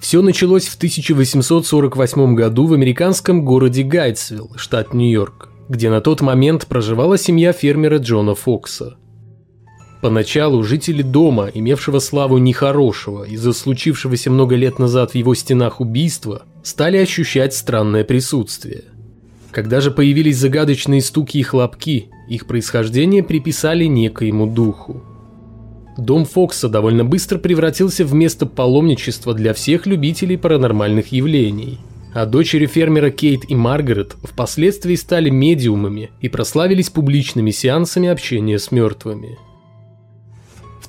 Все началось в 1848 году в американском городе Гайтсвилл, штат Нью-Йорк, где на тот момент проживала семья фермера Джона Фокса. Поначалу жители дома, имевшего славу нехорошего из-за случившегося много лет назад в его стенах убийства, стали ощущать странное присутствие. Когда же появились загадочные стуки и хлопки, их происхождение приписали некоему духу. Дом Фокса довольно быстро превратился в место паломничества для всех любителей паранормальных явлений, а дочери фермера Кейт и Маргарет впоследствии стали медиумами и прославились публичными сеансами общения с мертвыми. В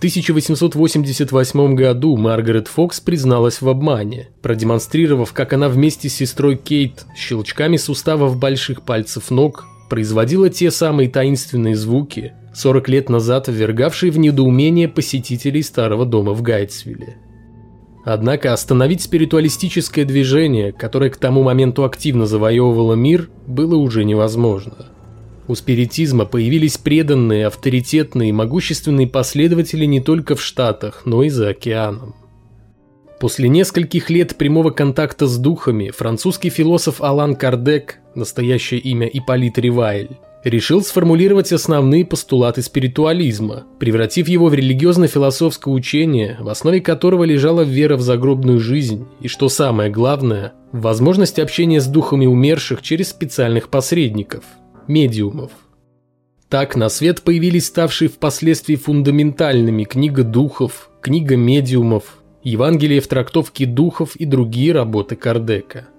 1888 году Маргарет Фокс призналась в обмане, продемонстрировав, как она вместе с сестрой Кейт щелчками суставов больших пальцев ног производила те самые таинственные звуки, 40 лет назад ввергавшие в недоумение посетителей старого дома в Гайтсвилле. Однако остановить спиритуалистическое движение, которое к тому моменту активно завоевывало мир, было уже невозможно. У спиритизма появились преданные, авторитетные и могущественные последователи не только в Штатах, но и за океаном. После нескольких лет прямого контакта с духами французский философ Алан Кардек, настоящее имя Ипполит Ривайль, решил сформулировать основные постулаты спиритуализма, превратив его в религиозно-философское учение, в основе которого лежала вера в загробную жизнь и, что самое главное, в возможность общения с духами умерших через специальных посредников – медиумов. Так на свет появились ставшие впоследствии фундаментальными книга духов, книга медиумов, Евангелие в трактовке духов и другие работы Кардека.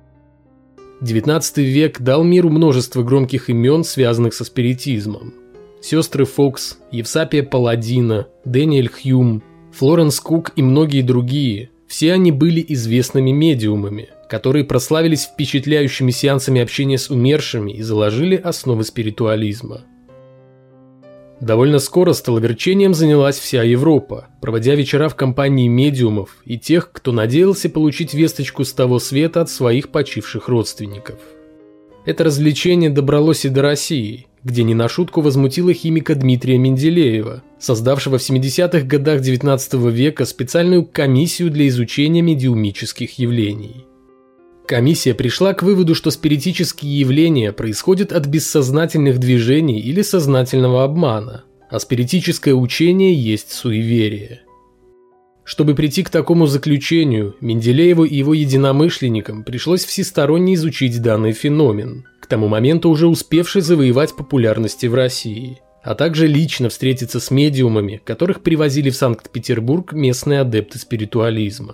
XIX век дал миру множество громких имен, связанных со спиритизмом. Сестры Фокс, Евсапия Палладино, Дэниэль Хьюм, Флоренс Кук и многие другие – все они были известными медиумами, которые прославились впечатляющими сеансами общения с умершими и заложили основы спиритуализма. Довольно скоро столоверчением занялась вся Европа, проводя вечера в компании медиумов и тех, кто надеялся получить весточку с того света от своих почивших родственников. Это развлечение добралось и до России, где не на шутку возмутило химика Дмитрия Менделеева, создавшего в 70-х годах XIX века специальную комиссию для изучения медиумических явлений. Комиссия пришла к выводу, что спиритические явления происходят от бессознательных движений или сознательного обмана, а спиритическое учение есть суеверие. Чтобы прийти к такому заключению, Менделееву и его единомышленникам пришлось всесторонне изучить данный феномен, к тому моменту уже успевший завоевать популярность в России, а также лично встретиться с медиумами, которых привозили в Санкт-Петербург местные адепты спиритуализма.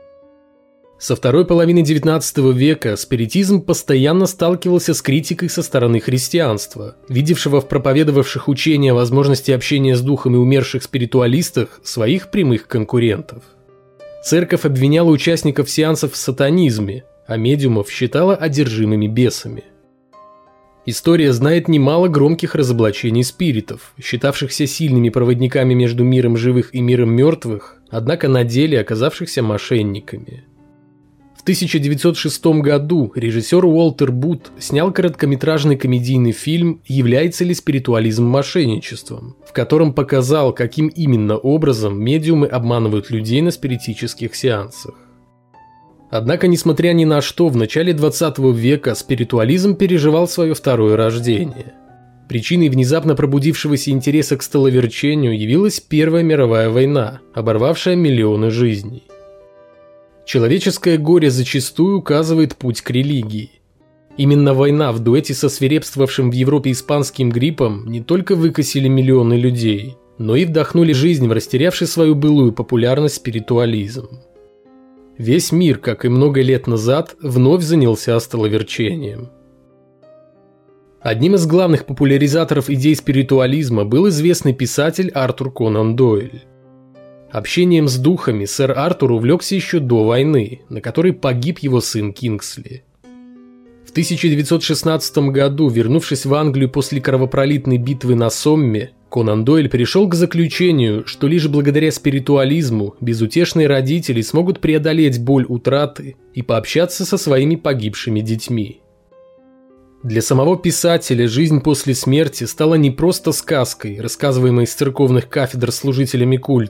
Со второй половины XIX века спиритизм постоянно сталкивался с критикой со стороны христианства, видевшего в проповедовавших учения о возможности общения с духами умерших спиритуалистах своих прямых конкурентов. Церковь обвиняла участников сеансов в сатанизме, а медиумов считала одержимыми бесами. История знает немало громких разоблачений спиритов, считавшихся сильными проводниками между миром живых и миром мертвых, однако на деле оказавшихся мошенниками. В 1906 году режиссер Уолтер Бут снял короткометражный комедийный фильм «Является ли спиритуализм мошенничеством?», в котором показал, каким именно образом медиумы обманывают людей на спиритических сеансах. Однако, несмотря ни на что, в начале 20 века спиритуализм переживал свое второе рождение. Причиной внезапно пробудившегося интереса к столоверчению явилась Первая мировая война, оборвавшая миллионы жизней. Человеческое горе зачастую указывает путь к религии. Именно война в дуэте со свирепствовавшим в Европе испанским гриппом не только выкосили миллионы людей, но и вдохнули жизнь в растерявший свою былую популярность спиритуализм. Весь мир, как и много лет назад, вновь занялся столоверчением. Одним из главных популяризаторов идей спиритуализма был известный писатель Артур Конан Дойль. Общением с духами сэр Артур увлекся еще до войны, на которой погиб его сын Кингсли. В 1916 году, вернувшись в Англию после кровопролитной битвы на Сомме, Конан Дойль пришел к заключению, что лишь благодаря спиритуализму безутешные родители смогут преодолеть боль утраты и пообщаться со своими погибшими детьми. Для самого писателя жизнь после смерти стала не просто сказкой, рассказываемой с церковных кафедр служителями культа,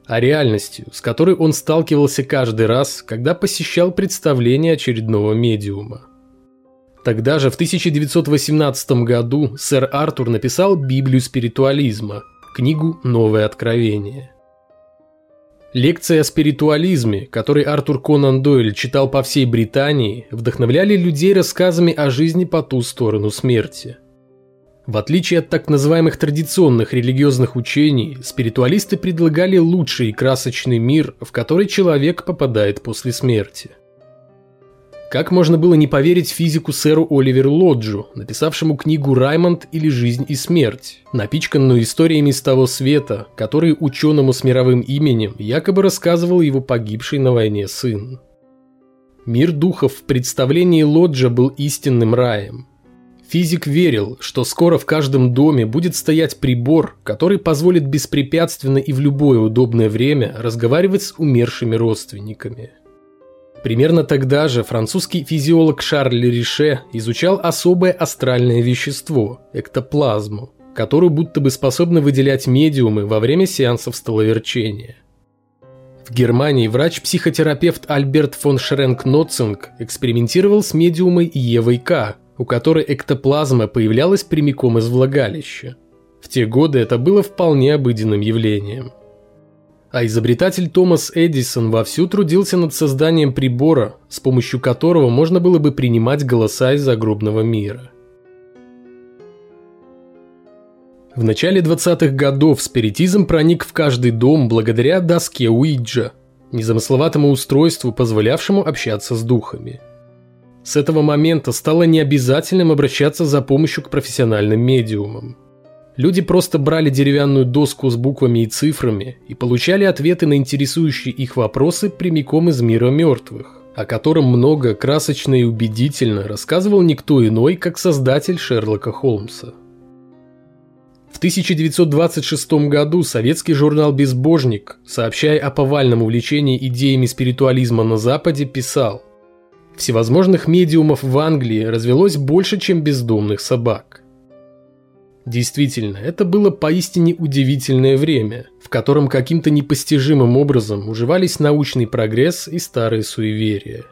а реальностью, с которой он сталкивался каждый раз, когда посещал представление очередного медиума. Тогда же, в 1918 году, сэр Артур написал «Библию спиритуализма», книгу «Новое откровение». Лекции о спиритуализме, которые Артур Конан Дойль читал по всей Британии, вдохновляли людей рассказами о жизни по ту сторону смерти. В отличие от так называемых традиционных религиозных учений, спиритуалисты предлагали лучший и красочный мир, в который человек попадает после смерти. Как можно было не поверить физику сэру Оливеру Лоджу, написавшему книгу «Раймонд или жизнь и смерть», напичканную историями с того света, которые ученому с мировым именем якобы рассказывал его погибший на войне сын. Мир духов в представлении Лоджа был истинным раем. Физик верил, что скоро в каждом доме будет стоять прибор, который позволит беспрепятственно и в любое удобное время разговаривать с умершими родственниками. Примерно тогда же французский физиолог Шарль Рише изучал особое астральное вещество – эктоплазму, которую будто бы способны выделять медиумы во время сеансов столоверчения. В Германии врач-психотерапевт Альберт фон Шренк-Ноцинг экспериментировал с медиумой Евой К., у которой эктоплазма появлялась прямиком из влагалища. В те годы это было вполне обыденным явлением. А изобретатель Томас Эдисон вовсю трудился над созданием прибора, с помощью которого можно было бы принимать голоса из загробного мира. В начале 20-х годов спиритизм проник в каждый дом благодаря доске Уиджа, незамысловатому устройству, позволявшему общаться с духами. С этого момента стало необязательным обращаться за помощью к профессиональным медиумам. Люди просто брали деревянную доску с буквами и цифрами и получали ответы на интересующие их вопросы прямиком из мира мертвых, о котором много, красочно и убедительно рассказывал никто иной, как создатель Шерлока Холмса. В 1926 году советский журнал «Безбожник», сообщая о повальном увлечении идеями спиритуализма на Западе, писал: «Всевозможных медиумов в Англии развелось больше, чем бездомных собак». Действительно, это было поистине удивительное время, в котором каким-то непостижимым образом уживались научный прогресс и старые суеверия.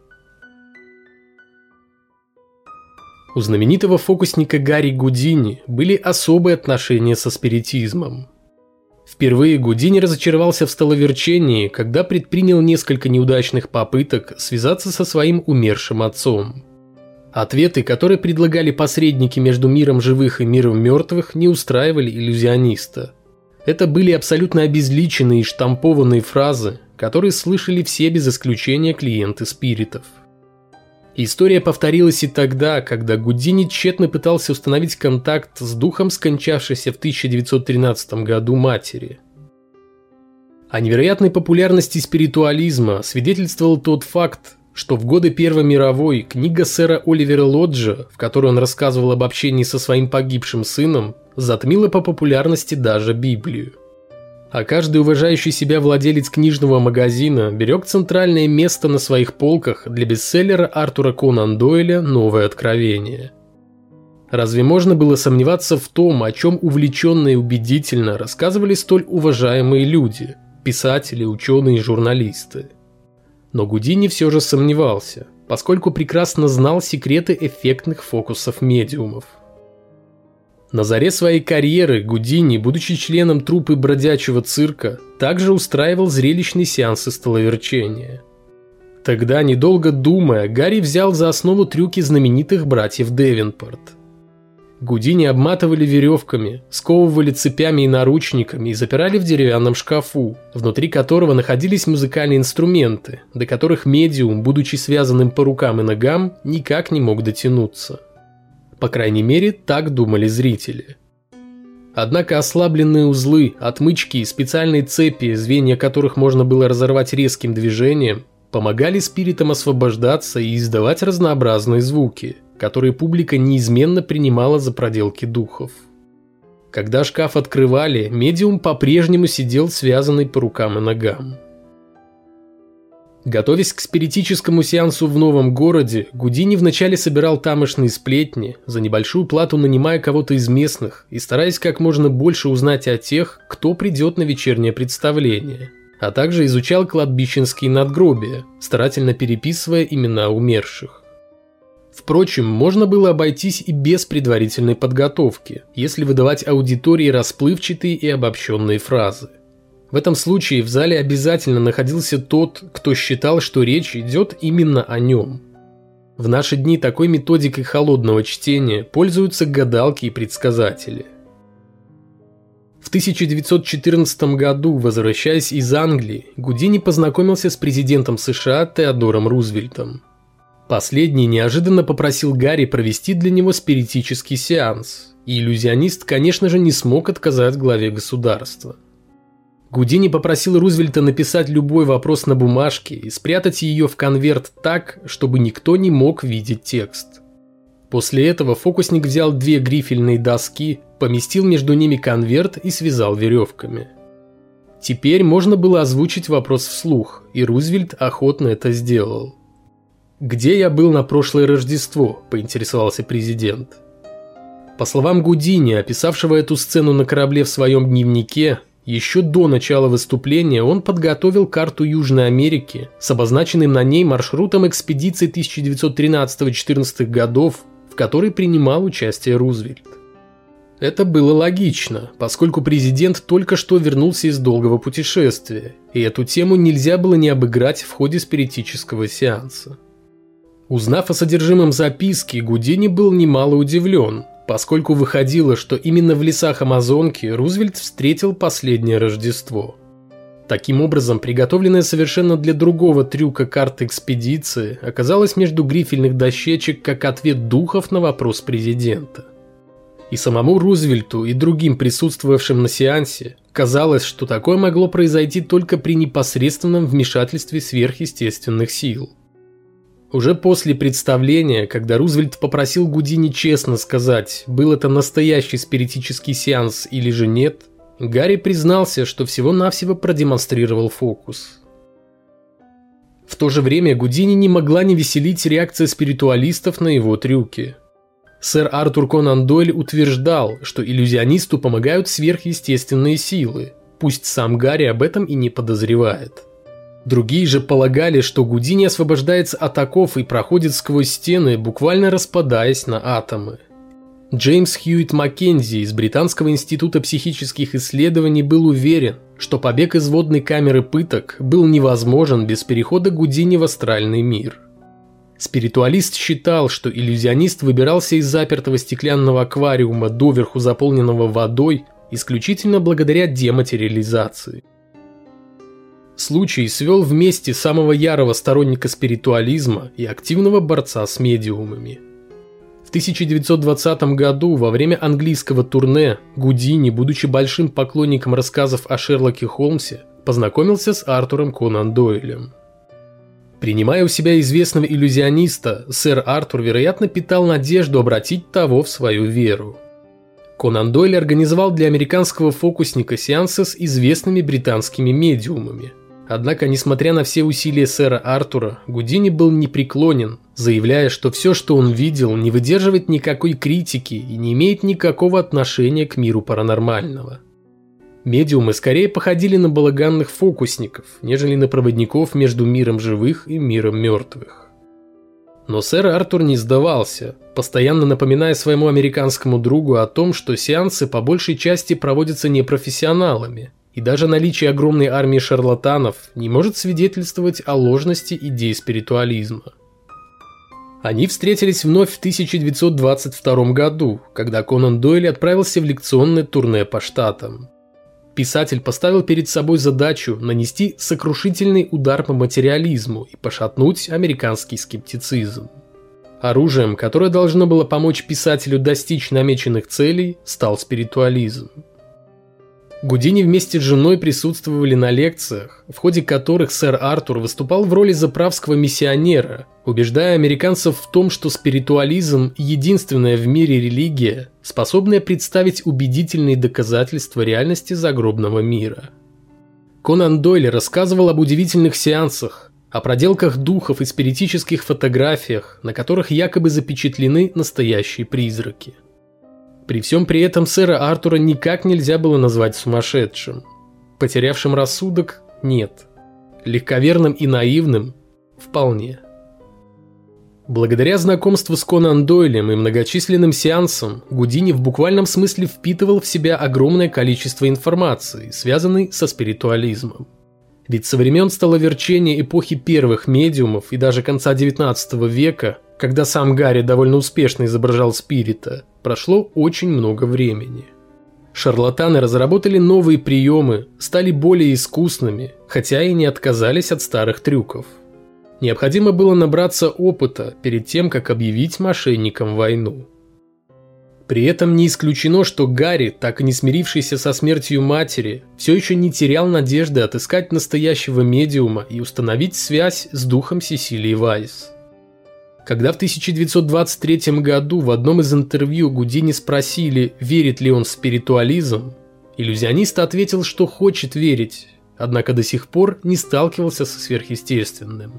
У знаменитого фокусника Гарри Гудини были особые отношения со спиритизмом. Впервые Гудини разочаровался в столоверчении, когда предпринял несколько неудачных попыток связаться со своим умершим отцом. Ответы, которые предлагали посредники между миром живых и миром мертвых, не устраивали иллюзиониста. Это были абсолютно обезличенные и штампованные фразы, которые слышали все без исключения клиенты спиритов. История повторилась и тогда, когда Гудини тщетно пытался установить контакт с духом скончавшейся в 1913 году матери. О невероятной популярности спиритуализма свидетельствовал тот факт, что в годы Первой мировой книга сэра Оливера Лоджа, в которой он рассказывал об общении со своим погибшим сыном, затмила по популярности даже Библию. А каждый уважающий себя владелец книжного магазина берег центральное место на своих полках для бестселлера Артура Конан Дойля «Новое откровение». Разве можно было сомневаться в том, о чем увлеченно и убедительно рассказывали столь уважаемые люди – писатели, ученые и журналисты? Но Гудини все же сомневался, поскольку прекрасно знал секреты эффектных фокусов медиумов. На заре своей карьеры Гудини, будучи членом труппы бродячего цирка, также устраивал зрелищные сеансы столоверчения. Тогда, недолго думая, Гарри взял за основу трюки знаменитых братьев Девинпорт. Гудини обматывали веревками, сковывали цепями и наручниками и запирали в деревянном шкафу, внутри которого находились музыкальные инструменты, до которых медиум, будучи связанным по рукам и ногам, никак не мог дотянуться. По крайней мере, так думали зрители. Однако ослабленные узлы, отмычки и специальные цепи, звенья которых можно было разорвать резким движением, помогали спиритам освобождаться и издавать разнообразные звуки, которые публика неизменно принимала за проделки духов. Когда шкаф открывали, медиум по-прежнему сидел связанный по рукам и ногам. Готовясь к спиритическому сеансу в новом городе, Гудини вначале собирал тамошные сплетни, за небольшую плату нанимая кого-то из местных и стараясь как можно больше узнать о тех, кто придет на вечернее представление, а также изучал кладбищенские надгробия, старательно переписывая имена умерших. Впрочем, можно было обойтись и без предварительной подготовки, если выдавать аудитории расплывчатые и обобщенные фразы. В этом случае в зале обязательно находился тот, кто считал, что речь идет именно о нем. В наши дни такой методикой холодного чтения пользуются гадалки и предсказатели. В 1914 году, возвращаясь из Англии, Гудини познакомился с президентом США Теодором Рузвельтом. Последний неожиданно попросил Гарри провести для него спиритический сеанс, и иллюзионист, конечно же, не смог отказать главе государства. Гудини попросил Рузвельта написать любой вопрос на бумажке и спрятать ее в конверт так, чтобы никто не мог видеть текст. После этого фокусник взял 2 грифельные доски, поместил между ними конверт и связал веревками. Теперь можно было озвучить вопрос вслух, и Рузвельт охотно это сделал. «Где я был на прошлое Рождество?» – поинтересовался президент. По словам Гудини, описавшего эту сцену на корабле в своем дневнике, еще до начала выступления он подготовил карту Южной Америки с обозначенным на ней маршрутом экспедиции 1913-14 годов, в которой принимал участие Рузвельт. Это было логично, поскольку президент только что вернулся из долгого путешествия, и эту тему нельзя было не обыграть в ходе спиритического сеанса. Узнав о содержимом записки, Гудини был немало удивлен, поскольку выходило, что именно в лесах Амазонки Рузвельт встретил последнее Рождество. Таким образом, приготовленная совершенно для другого трюка карта экспедиции оказалась между грифельных дощечек как ответ духов на вопрос президента. И самому Рузвельту, и другим присутствовавшим на сеансе казалось, что такое могло произойти только при непосредственном вмешательстве сверхъестественных сил. Уже после представления, когда Рузвельт попросил Гудини честно сказать, был это настоящий спиритический сеанс или же нет, Гарри признался, что всего-навсего продемонстрировал фокус. В то же время Гудини не могла не веселить реакция спиритуалистов на его трюки. Сэр Артур Конан Дойль утверждал, что иллюзионисту помогают сверхъестественные силы, пусть сам Гарри об этом и не подозревает. Другие же полагали, что Гудини освобождается от оков и проходит сквозь стены, буквально распадаясь на атомы. Джеймс Хьюитт Маккензи из Британского института психических исследований был уверен, что побег из водной камеры пыток был невозможен без перехода Гудини в астральный мир. Спиритуалист считал, что иллюзионист выбирался из запертого стеклянного аквариума, доверху заполненного водой, исключительно благодаря дематериализации. Случай свел вместе самого ярого сторонника спиритуализма и активного борца с медиумами. В 1920 году во время английского турне Гудини, будучи большим поклонником рассказов о Шерлоке Холмсе, познакомился с Артуром Конан Дойлем. Принимая у себя известного иллюзиониста, сэр Артур, вероятно, питал надежду обратить того в свою веру. Конан Дойль организовал для американского фокусника сеансы с известными британскими медиумами. Однако, несмотря на все усилия сэра Артура, Гудини был непреклонен, заявляя, что все, что он видел, не выдерживает никакой критики и не имеет никакого отношения к миру паранормального. Медиумы скорее походили на балаганных фокусников, нежели на проводников между миром живых и миром мертвых. Но сэр Артур не сдавался, постоянно напоминая своему американскому другу о том, что сеансы по большей части проводятся непрофессионалами, и даже наличие огромной армии шарлатанов не может свидетельствовать о ложности идей спиритуализма. Они встретились вновь в 1922 году, когда Конан Дойль отправился в лекционное турне по штатам. Писатель поставил перед собой задачу нанести сокрушительный удар по материализму и пошатнуть американский скептицизм. Оружием, которое должно было помочь писателю достичь намеченных целей, стал спиритуализм. Гудини вместе с женой присутствовали на лекциях, в ходе которых сэр Артур выступал в роли заправского миссионера, убеждая американцев в том, что спиритуализм – единственная в мире религия, способная представить убедительные доказательства реальности загробного мира. Конан Дойль рассказывал об удивительных сеансах, о проделках духов и спиритических фотографиях, на которых якобы запечатлены настоящие призраки. При всем при этом сэра Артура никак нельзя было назвать сумасшедшим. Потерявшим рассудок – нет. Легковерным и наивным – вполне. Благодаря знакомству с Конан Дойлем и многочисленным сеансам, Гудини в буквальном смысле впитывал в себя огромное количество информации, связанной со спиритуализмом. Ведь со времен столоверчения эпохи первых медиумов и даже конца XIX века, когда сам Гарри довольно успешно изображал спирита, прошло очень много времени. Шарлатаны разработали новые приемы, стали более искусными, хотя и не отказались от старых трюков. Необходимо было набраться опыта перед тем, как объявить мошенникам войну. При этом не исключено, что Гарри, так и не смирившийся со смертью матери, все еще не терял надежды отыскать настоящего медиума и установить связь с духом Сесилии Вайс. Когда в 1923 году в одном из интервью Гудини спросили, верит ли он в спиритуализм, иллюзионист ответил, что хочет верить, однако до сих пор не сталкивался со сверхъестественным.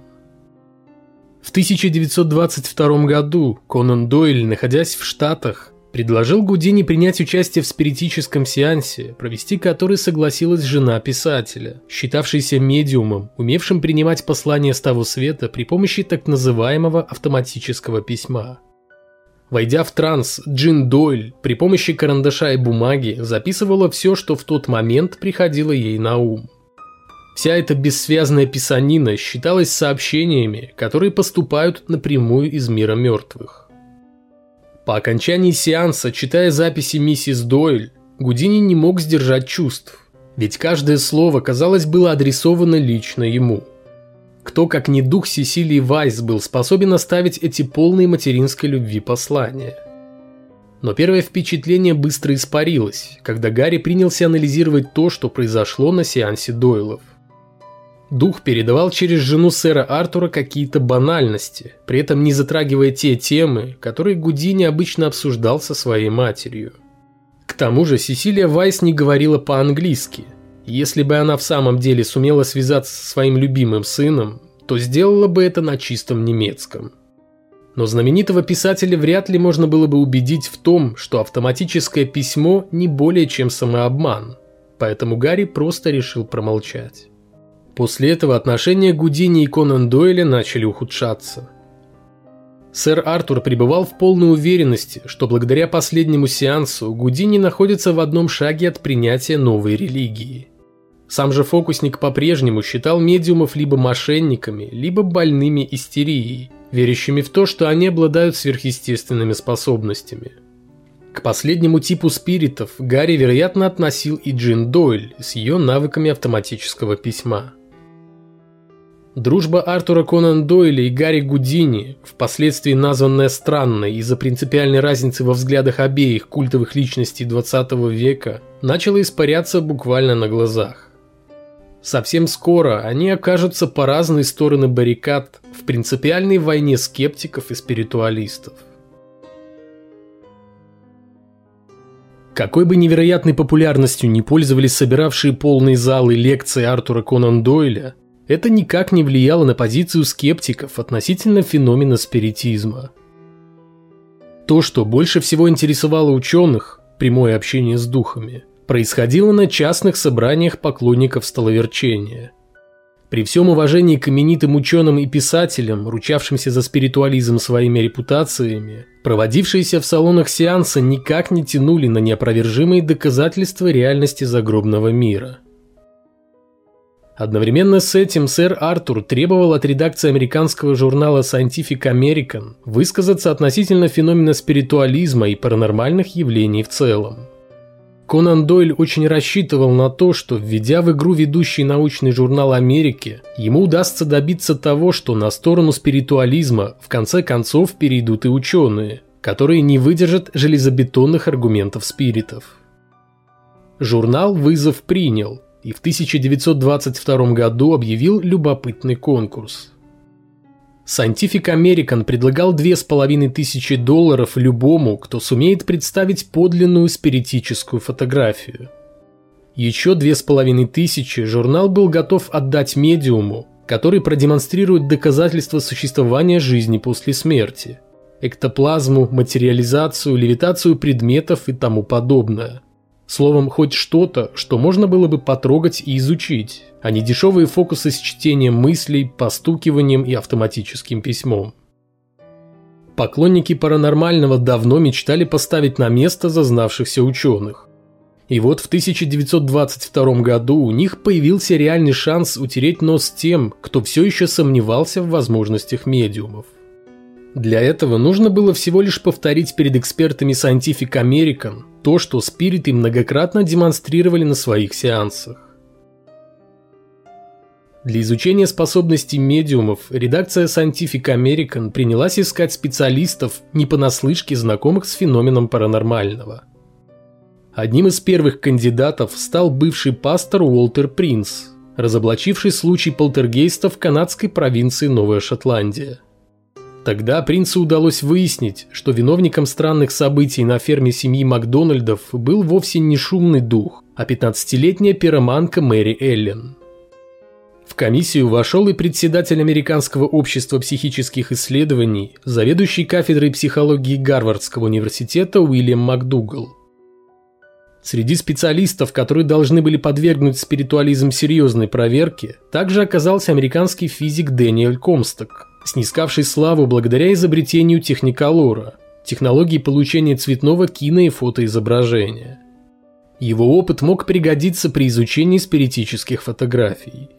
В 1922 году Конан Дойль, находясь в Штатах, предложил Гудини принять участие в спиритическом сеансе, провести который согласилась жена писателя, считавшаяся медиумом, умевшим принимать послания с того света при помощи так называемого автоматического письма. Войдя в транс, Джин Дойль при помощи карандаша и бумаги записывала все, что в тот момент приходило ей на ум. Вся эта бессвязная писанина считалась сообщениями, которые поступают напрямую из мира мертвых. По окончании сеанса, читая записи миссис Дойль, Гудини не мог сдержать чувств, ведь каждое слово, казалось, было адресовано лично ему. Кто, как не дух Сесилии Вайс, был способен оставить эти полные материнской любви послания? Но первое впечатление быстро испарилось, когда Гарри принялся анализировать то, что произошло на сеансе Дойлов. Дух передавал через жену сэра Артура какие-то банальности, при этом не затрагивая те темы, которые Гудини обычно обсуждал со своей матерью. К тому же Сесилия Вайс не говорила по-английски. Если бы она в самом деле сумела связаться со своим любимым сыном, то сделала бы это на чистом немецком. Но знаменитого писателя вряд ли можно было бы убедить в том, что автоматическое письмо не более чем самообман, поэтому Гарри просто решил промолчать. После этого отношения Гудини и Конан Дойля начали ухудшаться. Сэр Артур пребывал в полной уверенности, что благодаря последнему сеансу Гудини находится в одном шаге от принятия новой религии. Сам же фокусник по-прежнему считал медиумов либо мошенниками, либо больными истерией, верящими в то, что они обладают сверхъестественными способностями. К последнему типу спиритов Гарри, вероятно, относил и Джин Дойль с ее навыками автоматического письма. Дружба Артура Конан Дойля и Гарри Гудини, впоследствии названная странной из-за принципиальной разницы во взглядах обеих культовых личностей XX века, начала испаряться буквально на глазах. Совсем скоро они окажутся по разные стороны баррикад в принципиальной войне скептиков и спиритуалистов. Какой бы невероятной популярностью ни пользовались собиравшие полные залы лекции Артура Конан Дойля, это никак не влияло на позицию скептиков относительно феномена спиритизма. То, что больше всего интересовало ученых, прямое общение с духами, происходило на частных собраниях поклонников столоверчения. При всем уважении к именитым ученым и писателям, ручавшимся за спиритуализм своими репутациями, проводившиеся в салонах сеанса никак не тянули на неопровержимые доказательства реальности загробного мира. Одновременно с этим сэр Артур требовал от редакции американского журнала Scientific American высказаться относительно феномена спиритуализма и паранормальных явлений в целом. Конан Дойль очень рассчитывал на то, что, введя в игру ведущий научный журнал Америки, ему удастся добиться того, что на сторону спиритуализма в конце концов перейдут и ученые, которые не выдержат железобетонных аргументов спиритов. Журнал вызов принял и в 1922 году объявил любопытный конкурс. Scientific American предлагал $2500 любому, кто сумеет представить подлинную спиритическую фотографию. Еще 2500 журнал был готов отдать медиуму, который продемонстрирует доказательства существования жизни после смерти, эктоплазму, материализацию, левитацию предметов и тому подобное. Словом, хоть что-то, что можно было бы потрогать и изучить, а не дешевые фокусы с чтением мыслей, постукиванием и автоматическим письмом. Поклонники паранормального давно мечтали поставить на место зазнавшихся ученых. И вот в 1922 году у них появился реальный шанс утереть нос тем, кто все еще сомневался в возможностях медиумов. Для этого нужно было всего лишь повторить перед экспертами Scientific American то, что спириты многократно демонстрировали на своих сеансах. Для изучения способностей медиумов редакция Scientific American принялась искать специалистов, не понаслышке знакомых с феноменом паранормального. Одним из первых кандидатов стал бывший пастор Уолтер Принц, разоблачивший случай полтергейста в канадской провинции Новая Шотландия. Тогда Принцу удалось выяснить, что виновником странных событий на ферме семьи Макдональдов был вовсе не шумный дух, а 15-летняя пироманка Мэри Эллен. В комиссию вошел и председатель Американского общества психических исследований, заведующий кафедрой психологии Гарвардского университета Уильям МакДугал. Среди специалистов, которые должны были подвергнуть спиритуализм серьезной проверке, также оказался американский физик Дэниэль Комсток, снискавший славу благодаря изобретению техниколора, технологии получения цветного кино- и фотоизображения. Его опыт мог пригодиться при изучении спиритических фотографий.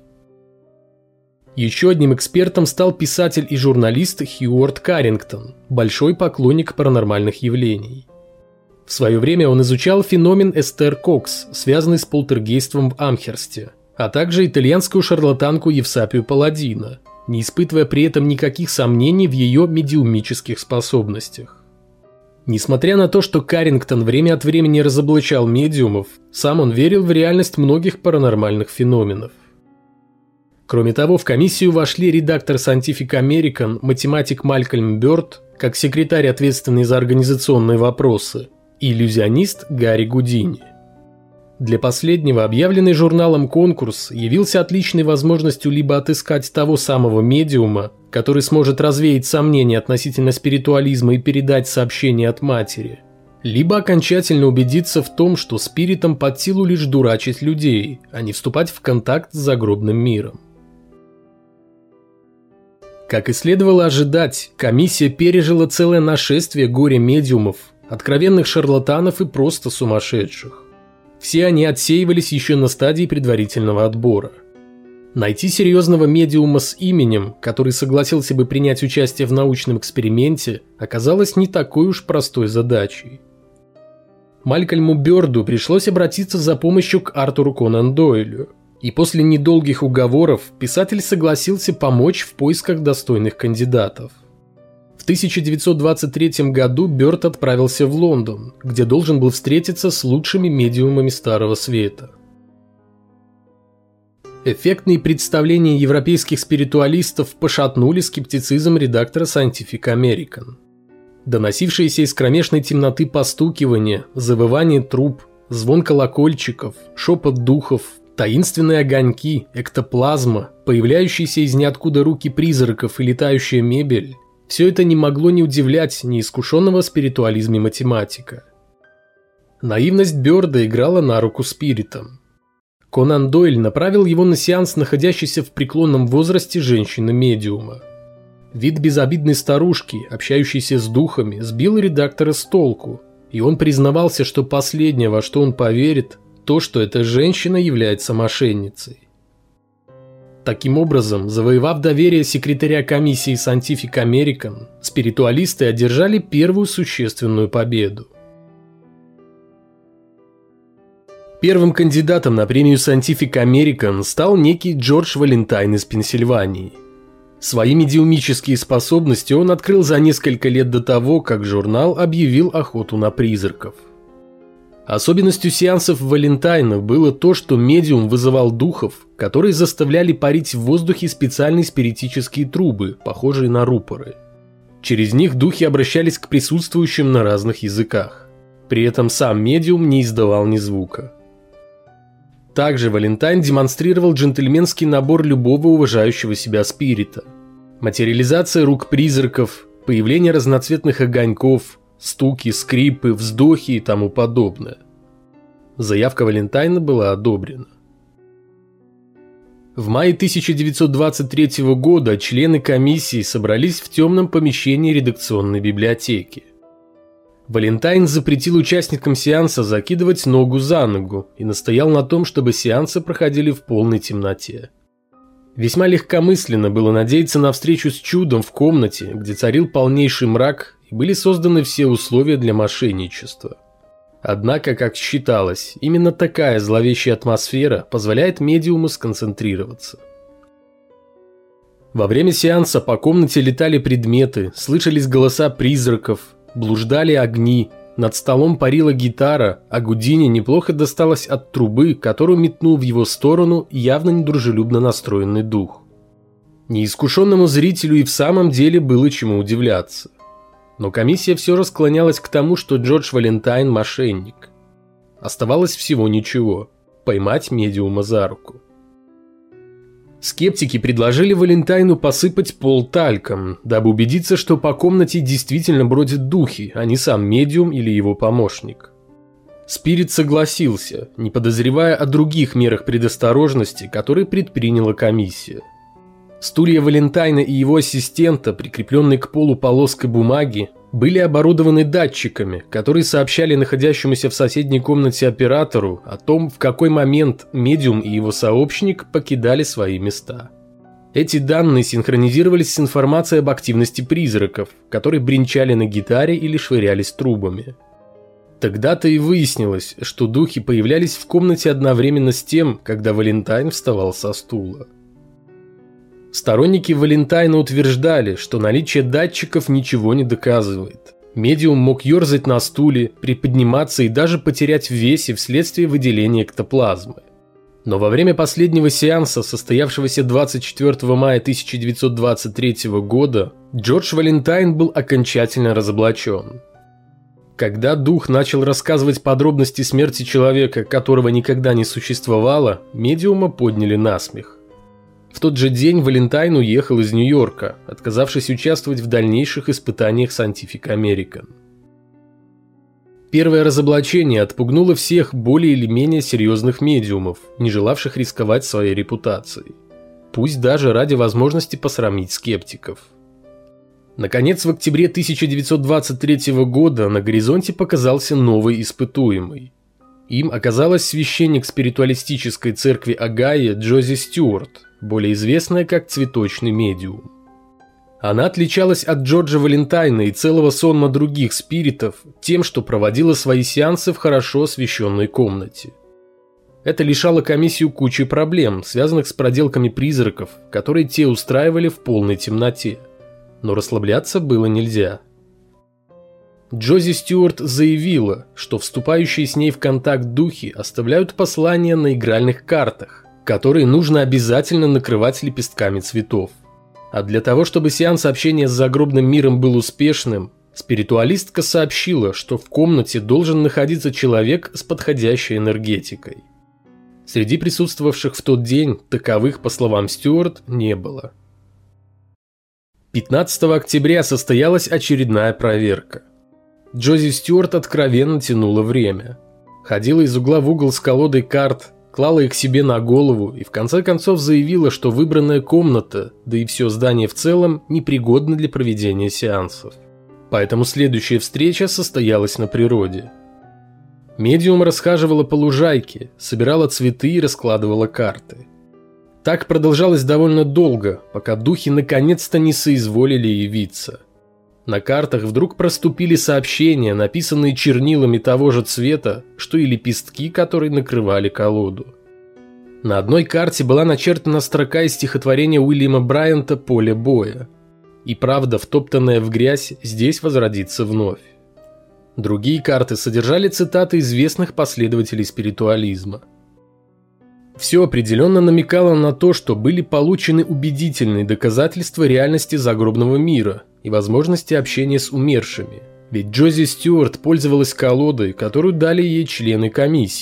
Еще одним экспертом стал писатель и журналист Хьюарт Каррингтон, большой поклонник паранормальных явлений. В свое время он изучал феномен Эстер Кокс, связанный с полтергейством в Амхерсте, а также итальянскую шарлатанку Евсапию Палладино, не испытывая при этом никаких сомнений в ее медиумических способностях. Несмотря на то, что Каррингтон время от времени разоблачал медиумов, сам он верил в реальность многих паранормальных феноменов. Кроме того, в комиссию вошли редактор Scientific American, математик Малькольм Бёрд, как секретарь, ответственный за организационные вопросы, и иллюзионист Гарри Гудини. Для последнего объявленный журналом конкурс явился отличной возможностью либо отыскать того самого медиума, который сможет развеять сомнения относительно спиритуализма и передать сообщение от матери, либо окончательно убедиться в том, что спиритам под силу лишь дурачить людей, а не вступать в контакт с загробным миром. Как и следовало ожидать, комиссия пережила целое нашествие горе-медиумов, откровенных шарлатанов и просто сумасшедших. Все они отсеивались еще на стадии предварительного отбора. Найти серьезного медиума с именем, который согласился бы принять участие в научном эксперименте, оказалось не такой уж простой задачей. Малькольму Бёрду пришлось обратиться за помощью к Артуру Конан Дойлю, и после недолгих уговоров писатель согласился помочь в поисках достойных кандидатов. В 1923 году Бёрд отправился в Лондон, где должен был встретиться с лучшими медиумами Старого Света. Эффектные представления европейских спиритуалистов пошатнули скептицизм редактора Scientific American. Доносившиеся из кромешной темноты постукивания, завывание труб, звон колокольчиков, шепот духов, таинственные огоньки, эктоплазма, появляющиеся из ниоткуда руки призраков и летающая мебель – все это не могло не удивлять неискушенного в спиритуализме математика. Наивность Бёрда играла на руку спиритам. Конан Дойль направил его на сеанс находящейся в преклонном возрасте женщины-медиума. Вид безобидной старушки, общающейся с духами, сбил редактора с толку, и он признавался, что последнее, во что он поверит, то, что эта женщина является мошенницей. Таким образом, завоевав доверие секретаря комиссии Scientific American, спиритуалисты одержали первую существенную победу. Первым кандидатом на премию Scientific American стал некий Джордж Валентайн из Пенсильвании. Свои медиумические способности он открыл за несколько лет до того, как журнал объявил охоту на призраков. Особенностью сеансов Валентайна было то, что медиум вызывал духов, которые заставляли парить в воздухе специальные спиритические трубы, похожие на рупоры. Через них духи обращались к присутствующим на разных языках. При этом сам медиум не издавал ни звука. Также Валентайн демонстрировал джентльменский набор любого уважающего себя спирита. Материализация рук призраков, появление разноцветных огоньков, стуки, скрипы, вздохи и тому подобное. Заявка Валентайна была одобрена. В мае 1923 года члены комиссии собрались в темном помещении редакционной библиотеки. Валентайн запретил участникам сеанса закидывать ногу за ногу и настоял на том, чтобы сеансы проходили в полной темноте. Весьма легкомысленно было надеяться на встречу с чудом в комнате, где царил полнейший мрак и были созданы все условия для мошенничества. Однако, как считалось, именно такая зловещая атмосфера позволяет медиуму сконцентрироваться. Во время сеанса по комнате летали предметы, слышались голоса призраков, блуждали огни, над столом парила гитара, а Гудини неплохо досталось от трубы, которую метнул в его сторону явно недружелюбно настроенный дух. Неискушенному зрителю и в самом деле было чему удивляться. Но комиссия все же склонялась к тому, что Джордж Валентайн – мошенник. Оставалось всего ничего – поймать медиума за руку. Скептики предложили Валентайну посыпать пол тальком, дабы убедиться, что по комнате действительно бродят духи, а не сам медиум или его помощник. Спирит согласился, не подозревая о других мерах предосторожности, которые предприняла комиссия. Стулья Валентайна и его ассистента, прикрепленные к полу полоской бумаги, были оборудованы датчиками, которые сообщали находящемуся в соседней комнате оператору о том, в какой момент медиум и его сообщник покидали свои места. Эти данные синхронизировались с информацией об активности призраков, которые бренчали на гитаре или швырялись трубами. Тогда-то и выяснилось, что духи появлялись в комнате одновременно с тем, когда Валентайн вставал со стула. Сторонники Валентайна утверждали, что наличие датчиков ничего не доказывает. Медиум мог ерзать на стуле, приподниматься и даже потерять в весе вследствие выделения эктоплазмы. Но во время последнего сеанса, состоявшегося 24 мая 1923 года, Джордж Валентайн был окончательно разоблачен. Когда дух начал рассказывать подробности смерти человека, которого никогда не существовало, медиума подняли на смех. В тот же день Валентайн уехал из Нью-Йорка, отказавшись участвовать в дальнейших испытаниях Scientific American. Первое разоблачение отпугнуло всех более или менее серьезных медиумов, не желавших рисковать своей репутацией. Пусть даже ради возможности посрамить скептиков. Наконец, в октябре 1923 года на горизонте показался новый испытуемый. Им оказалась священник спиритуалистической церкви Огайо Джози Стюарт, более известная как цветочный медиум. Она отличалась от Джорджа Валентайна и целого сонма других спиритов тем, что проводила свои сеансы в хорошо освещенной комнате. Это лишало комиссию кучи проблем, связанных с проделками призраков, которые те устраивали в полной темноте. Но расслабляться было нельзя. Джози Стюарт заявила, что вступающие с ней в контакт духи оставляют послания на игральных картах, которые нужно обязательно накрывать лепестками цветов. А для того, чтобы сеанс общения с загробным миром был успешным, спиритуалистка сообщила, что в комнате должен находиться человек с подходящей энергетикой. Среди присутствовавших в тот день таковых, по словам Стюарт, не было. 15 октября состоялась очередная проверка. Джози Стюарт откровенно тянула время. Ходила из угла в угол с колодой карт, клала их себе на голову и в конце концов заявила, что выбранная комната, да и все здание в целом, непригодны для проведения сеансов. Поэтому следующая встреча состоялась на природе. Медиум расхаживала по лужайке, собирала цветы и раскладывала карты. Так продолжалось довольно долго, пока духи наконец-то не соизволили явиться. На картах вдруг проступили сообщения, написанные чернилами того же цвета, что и лепестки, которые накрывали колоду. На одной карте была начертана строка из стихотворения Уильяма Брайанта «Поле боя». И правда, втоптанная в грязь, здесь возродится вновь. Другие карты содержали цитаты известных последователей спиритуализма. Все определенно намекало на то, что были получены убедительные доказательства реальности загробного мира и возможности общения с умершими. Ведь Джози Стюарт пользовалась колодой, которую дали ей члены комиссии,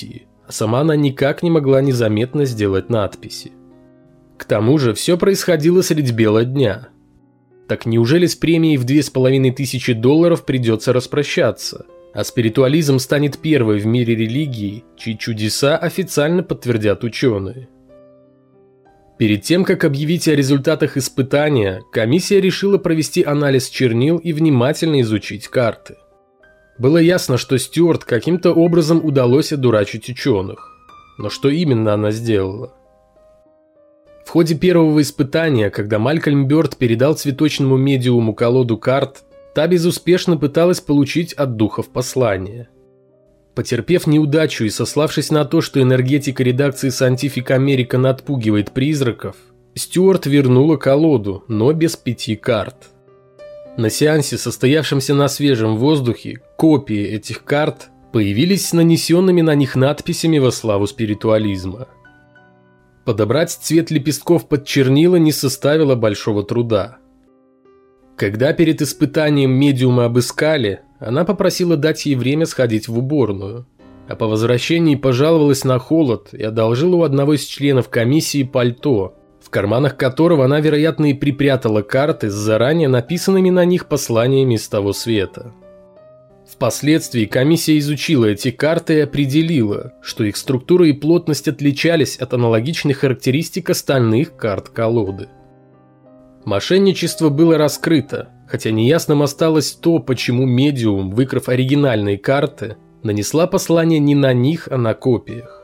а сама она никак не могла незаметно сделать надписи. К тому же все происходило средь бела дня. Так неужели с премией в $2500 придется распрощаться, а спиритуализм станет первой в мире религией, чьи чудеса официально подтвердят ученые? Перед тем, как объявить о результатах испытания, комиссия решила провести анализ чернил и внимательно изучить карты. Было ясно, что Стюарт каким-то образом удалось одурачить ученых. Но что именно она сделала? В ходе первого испытания, когда Малькольм Бёрд передал цветочному медиуму колоду карт, та безуспешно пыталась получить от духов послание. Потерпев неудачу и сославшись на то, что энергетика редакции Scientific American отпугивает призраков, Стюарт вернула колоду, но без 5 карт. На сеансе, состоявшемся на свежем воздухе, копии этих карт появились с нанесенными на них надписями во славу спиритуализма. Подобрать цвет лепестков под чернила не составило большого труда. Когда перед испытанием медиума обыскали, она попросила дать ей время сходить в уборную, а по возвращении пожаловалась на холод и одолжила у одного из членов комиссии пальто, в карманах которого она, вероятно, и припрятала карты с заранее написанными на них посланиями из того света. Впоследствии комиссия изучила эти карты и определила, что их структура и плотность отличались от аналогичных характеристик остальных карт колоды. Мошенничество было раскрыто, хотя неясным осталось то, почему медиум, выкрав оригинальные карты, нанесла послание не на них, а на копиях.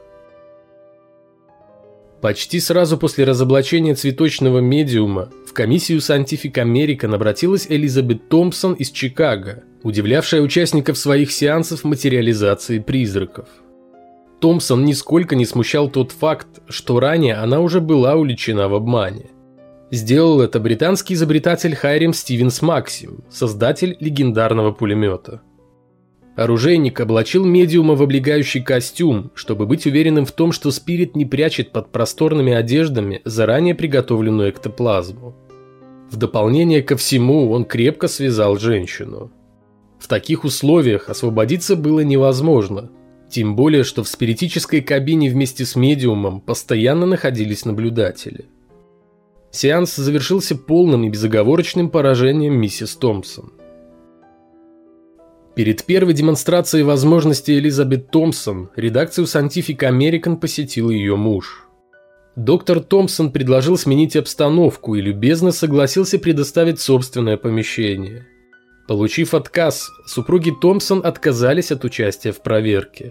Почти сразу после разоблачения цветочного медиума в комиссию Scientific American обратилась Элизабет Томпсон из Чикаго, удивлявшая участников своих сеансов материализации призраков. Томпсон нисколько не смущал тот факт, что ранее она уже была уличена в обмане. Сделал это британский изобретатель Хайрем Стивенс Максим, создатель легендарного пулемета. Оружейник облачил медиума в облегающий костюм, чтобы быть уверенным в том, что спирит не прячет под просторными одеждами заранее приготовленную эктоплазму. В дополнение ко всему он крепко связал женщину. В таких условиях освободиться было невозможно, тем более, что в спиритической кабине вместе с медиумом постоянно находились наблюдатели. Сеанс завершился полным и безоговорочным поражением миссис Томпсон. Перед первой демонстрацией возможностей Элизабет Томпсон редакцию Scientific American посетил ее муж. Доктор Томпсон предложил сменить обстановку и любезно согласился предоставить собственное помещение. Получив отказ, супруги Томпсон отказались от участия в проверке.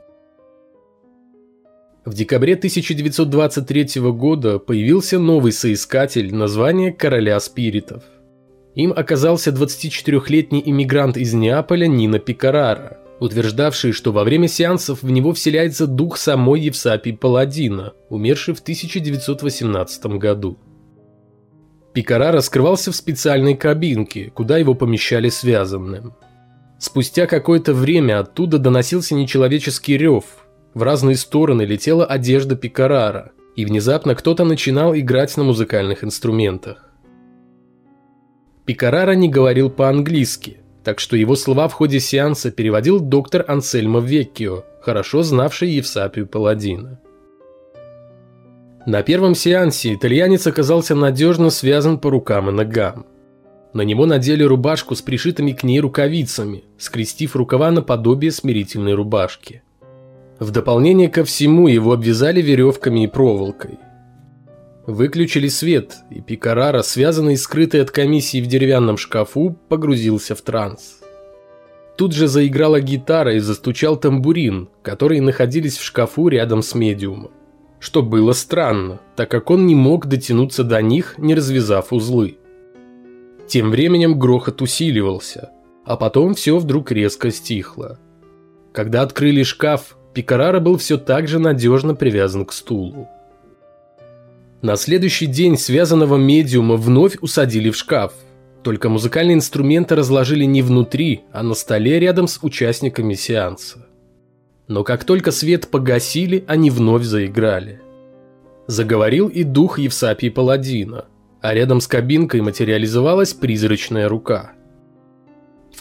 В декабре 1923 года появился новый соискатель на звание короля спиритов. Им оказался 24-летний иммигрант из Неаполя Нино Пикарара, утверждавший, что во время сеансов в него вселяется дух самой Евсапии Палладино, умершей в 1918 году. Пикарара скрывался в специальной кабинке, куда его помещали связанным. Спустя какое-то время оттуда доносился нечеловеческий рев. В разные стороны летела одежда Пикарара, и внезапно кто-то начинал играть на музыкальных инструментах. Пикарара не говорил по-английски, так что его слова в ходе сеанса переводил доктор Ансельмо Веккио, хорошо знавший Евсапию Палладино. На первом сеансе итальянец оказался надежно связан по рукам и ногам. На него надели рубашку с пришитыми к ней рукавицами, скрестив рукава наподобие смирительной рубашки. В дополнение ко всему его обвязали веревками и проволокой. Выключили свет, и Пикарара, связанный и скрытый от комиссии в деревянном шкафу, погрузился в транс. Тут же заиграла гитара и застучал тамбурин, которые находились в шкафу рядом с медиумом. Что было странно, так как он не мог дотянуться до них, не развязав узлы. Тем временем грохот усиливался, а потом все вдруг резко стихло. Когда открыли шкаф, Пикарара был все так же надежно привязан к стулу. На следующий день связанного медиума вновь усадили в шкаф, только музыкальные инструменты разложили не внутри, а на столе рядом с участниками сеанса. Но как только свет погасили, они вновь заиграли. Заговорил и дух Евсапии Палладино, а рядом с кабинкой материализовалась призрачная рука. В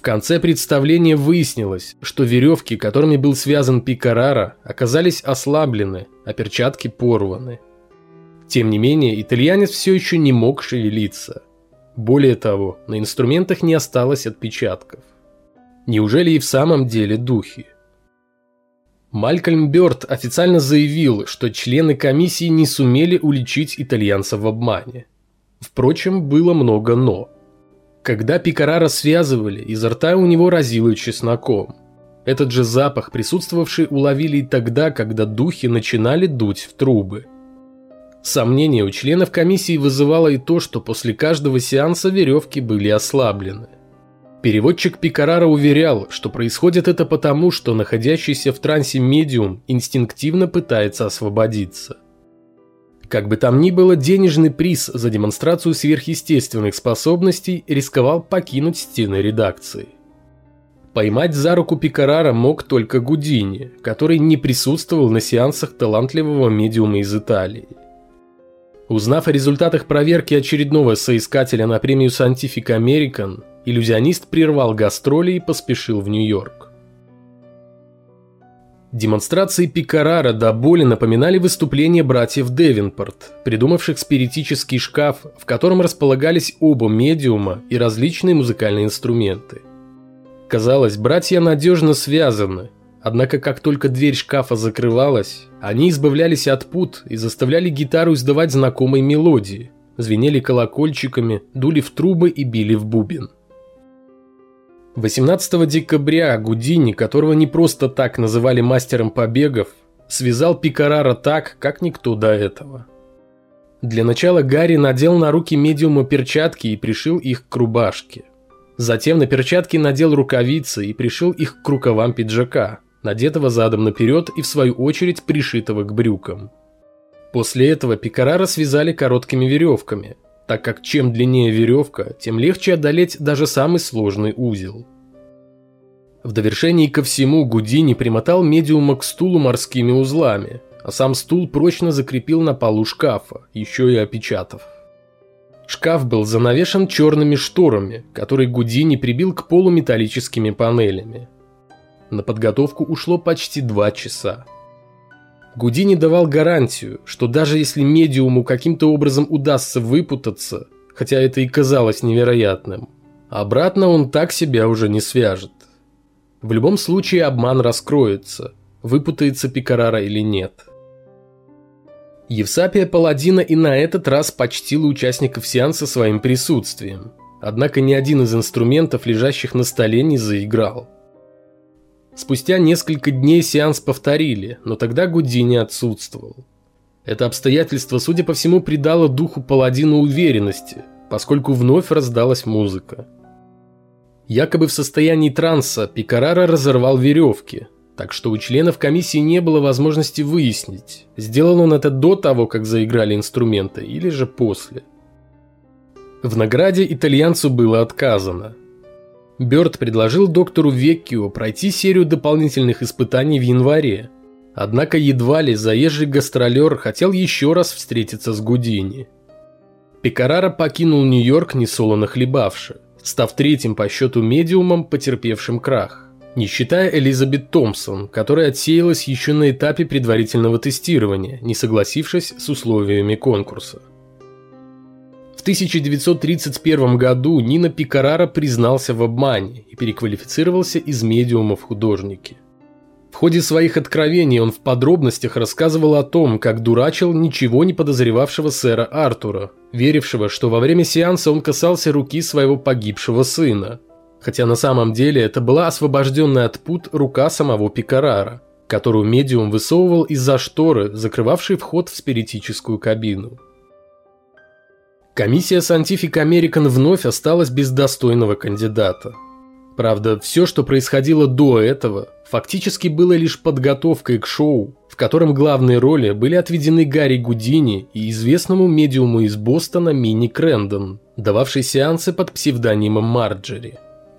конце представления выяснилось, что веревки, которыми был связан Пикарара, оказались ослаблены, а перчатки порваны. Тем не менее, итальянец все еще не мог шевелиться. Более того, на инструментах не осталось отпечатков. Неужели и в самом деле духи? Малькольм Бёрд официально заявил, что члены комиссии не сумели уличить итальянца в обмане. Впрочем, было много «но». Когда Пикарара связывали, изо рта у него разило чесноком. Этот же запах присутствовавшие уловили и тогда, когда духи начинали дуть в трубы. Сомнение у членов комиссии вызывало и то, что после каждого сеанса веревки были ослаблены. Переводчик Пикарара уверял, что происходит это потому, что находящийся в трансе медиум инстинктивно пытается освободиться. Как бы там ни было, денежный приз за демонстрацию сверхъестественных способностей рисковал покинуть стены редакции. Поймать за руку Пикарара мог только Гудини, который не присутствовал на сеансах талантливого медиума из Италии. Узнав о результатах проверки очередного соискателя на премию Scientific American, иллюзионист прервал гастроли и поспешил в Нью-Йорк. Демонстрации Пикарара до боли напоминали выступления братьев Девинпорт, придумавших спиритический шкаф, в котором располагались оба медиума и различные музыкальные инструменты. Казалось, братья надежно связаны, однако как только дверь шкафа закрывалась, они избавлялись от пут и заставляли гитару издавать знакомые мелодии, звенели колокольчиками, дули в трубы и били в бубен. 18 декабря Гудини, которого не просто так называли мастером побегов, связал Пикарара так, как никто до этого. Для начала Гарри надел на руки медиума перчатки и пришил их к рубашке. Затем на перчатки надел рукавицы и пришил их к рукавам пиджака, надетого задом наперед и в свою очередь пришитого к брюкам. После этого Пикарара связали короткими веревками, так как чем длиннее веревка, тем легче одолеть даже самый сложный узел. В довершении ко всему Гудини примотал медиума к стулу морскими узлами, а сам стул прочно закрепил на полу шкафа, еще и опечатав. Шкаф был занавешен черными шторами, которые Гудини прибил к полу металлическими панелями. На подготовку ушло почти 2 часа. Гудини давал гарантию, что даже если медиуму каким-то образом удастся выпутаться, хотя это и казалось невероятным, обратно он так себя уже не свяжет. В любом случае обман раскроется, выпутается Пикарара или нет. Евсапия Паладина и на этот раз почтила участников сеанса своим присутствием, однако ни один из инструментов, лежащих на столе, не заиграл. Спустя несколько дней сеанс повторили, но тогда Гудини отсутствовал. Это обстоятельство, судя по всему, придало духу Паладину уверенности, поскольку вновь раздалась музыка. Якобы в состоянии транса Пикарара разорвал веревки, так что у членов комиссии не было возможности выяснить, сделал он это до того, как заиграли инструменты, или же после. В награде итальянцу было отказано. Бёрд предложил доктору Веккио пройти серию дополнительных испытаний в январе, однако едва ли заезжий гастролер хотел еще раз встретиться с Гудини. Пикарара покинул Нью-Йорк несолоно хлебавши, став третьим по счету медиумом, потерпевшим крах, не считая Элизабет Томпсон, которая отсеялась еще на этапе предварительного тестирования, не согласившись с условиями конкурса. В 1931 году Нино Пикарара признался в обмане и переквалифицировался из медиума в художники. В ходе своих откровений он в подробностях рассказывал о том, как дурачил ничего не подозревавшего сэра Артура, верившего, что во время сеанса он касался руки своего погибшего сына, хотя на самом деле это была освобожденная от пут рука самого Пикарара, которую медиум высовывал из-за шторы, закрывавшей вход в спиритическую кабину. Комиссия Scientific American вновь осталась без достойного кандидата. Правда, все, что происходило до этого, фактически было лишь подготовкой к шоу, в котором главные роли были отведены Гарри Гудини и известному медиуму из Бостона Минни Крэндон, дававший сеансы под псевдонимом Марджери.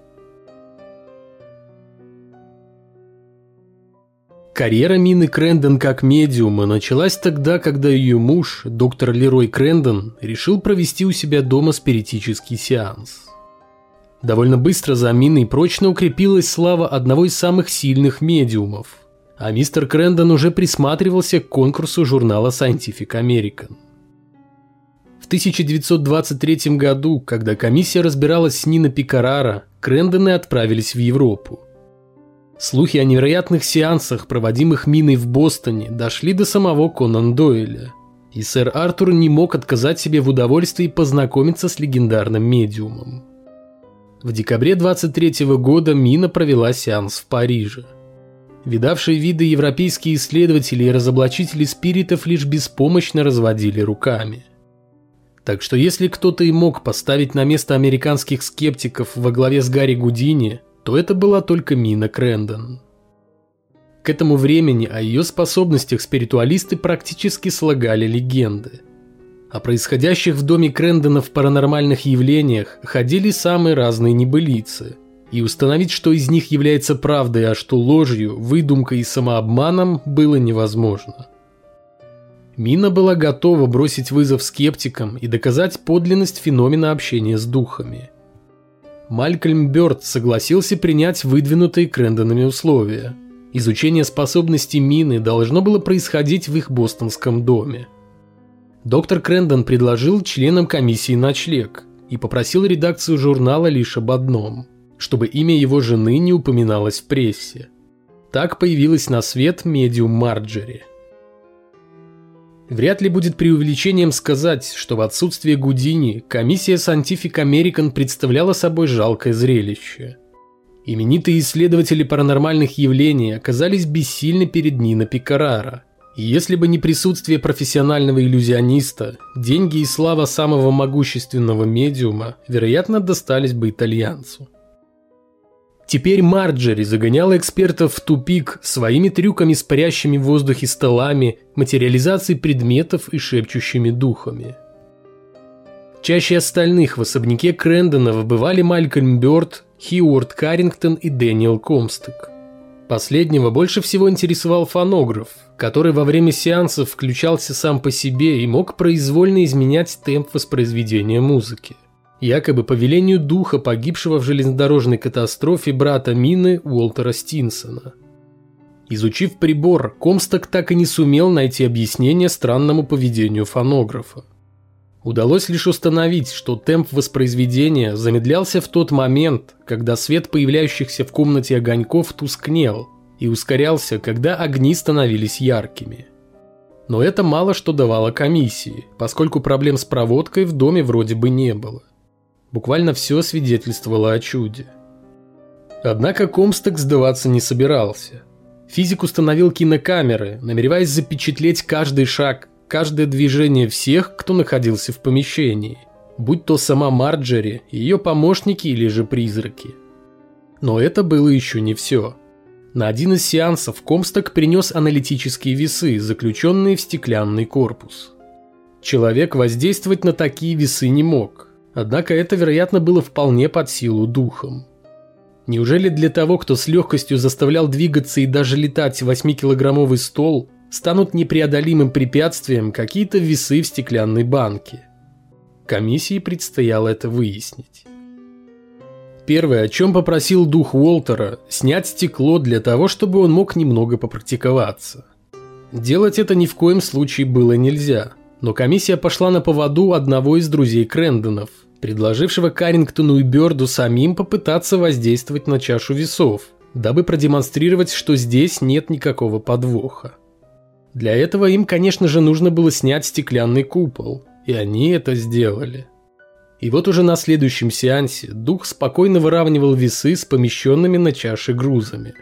Карьера Мины Крэндон как медиума началась тогда, когда ее муж, доктор Лерой Крэндон, решил провести у себя дома спиритический сеанс. Довольно быстро за Миной прочно укрепилась слава одного из самых сильных медиумов, а мистер Крэндон уже присматривался к конкурсу журнала Scientific American. В 1923 году, когда комиссия разбиралась с Нино Пекарара, Крэндоны отправились в Европу. Слухи о невероятных сеансах, проводимых Миной в Бостоне, дошли до самого Конан Дойля, и сэр Артур не мог отказать себе в удовольствии познакомиться с легендарным медиумом. В декабре 23 года Мина провела сеанс в Париже. Видавшие виды европейские исследователи и разоблачители спиритов лишь беспомощно разводили руками. Так что если кто-то и мог поставить на место американских скептиков во главе с Гарри Гудини, то это была только Мина Крэндон. К этому времени о ее способностях спиритуалисты практически слагали легенды. О происходящих в доме Крэндонов паранормальных явлениях ходили самые разные небылицы, и установить, что из них является правдой, а что ложью, выдумкой и самообманом, было невозможно. Мина была готова бросить вызов скептикам и доказать подлинность феномена общения с духами. Малькольм Бёрд согласился принять выдвинутые Крэндонами условия. Изучение способностей Мины должно было происходить в их бостонском доме. Доктор Крэндон предложил членам комиссии ночлег и попросил редакцию журнала лишь об одном – чтобы имя его жены не упоминалось в прессе. Так появилась на свет медиум Марджери. Вряд ли будет преувеличением сказать, что в отсутствие Гудини комиссия Scientific American представляла собой жалкое зрелище. Именитые исследователи паранормальных явлений оказались бессильны перед Нино Пекарара. И если бы не присутствие профессионального иллюзиониста, деньги и слава самого могущественного медиума, вероятно, достались бы итальянцу. Теперь Марджери загоняла экспертов в тупик своими трюками с парящими в воздухе столами, материализацией предметов и шепчущими духами. Чаще остальных в особняке Крэндонов бывали Малькольм Бёрд, Хьюарт Каррингтон и Дэниел Комсток. Последнего больше всего интересовал фонограф, который во время сеансов включался сам по себе и мог произвольно изменять темп воспроизведения музыки. Якобы по велению духа погибшего в железнодорожной катастрофе брата Мины Уолтера Стинсона. Изучив прибор, Комсток так и не сумел найти объяснение странному поведению фонографа. Удалось лишь установить, что темп воспроизведения замедлялся в тот момент, когда свет появляющихся в комнате огоньков тускнел, и ускорялся, когда огни становились яркими. Но это мало что давало комиссии, поскольку проблем с проводкой в доме вроде бы не было. Буквально все свидетельствовало о чуде. Однако Комсток сдаваться не собирался. Физик установил кинокамеры, намереваясь запечатлеть каждый шаг, каждое движение всех, кто находился в помещении, будь то сама Марджери, ее помощники или же призраки. Но это было еще не все. На один из сеансов Комсток принес аналитические весы, заключенные в стеклянный корпус. Человек воздействовать на такие весы не мог. Однако это, вероятно, было вполне под силу духом. Неужели для того, кто с легкостью заставлял двигаться и даже летать 8-килограммовый стол, станут непреодолимым препятствием какие-то весы в стеклянной банке? Комиссии предстояло это выяснить. Первое, о чем попросил дух Уолтера, снять стекло для того, чтобы он мог немного попрактиковаться. Делать это ни в коем случае было нельзя, но комиссия пошла на поводу одного из друзей Крэндонов, предложившего Каррингтону и Бёрду самим попытаться воздействовать на чашу весов, дабы продемонстрировать, что здесь нет никакого подвоха. Для этого им, конечно же, нужно было снять стеклянный купол, и они это сделали. И вот уже на следующем сеансе дух спокойно выравнивал весы с помещенными на чаше грузами.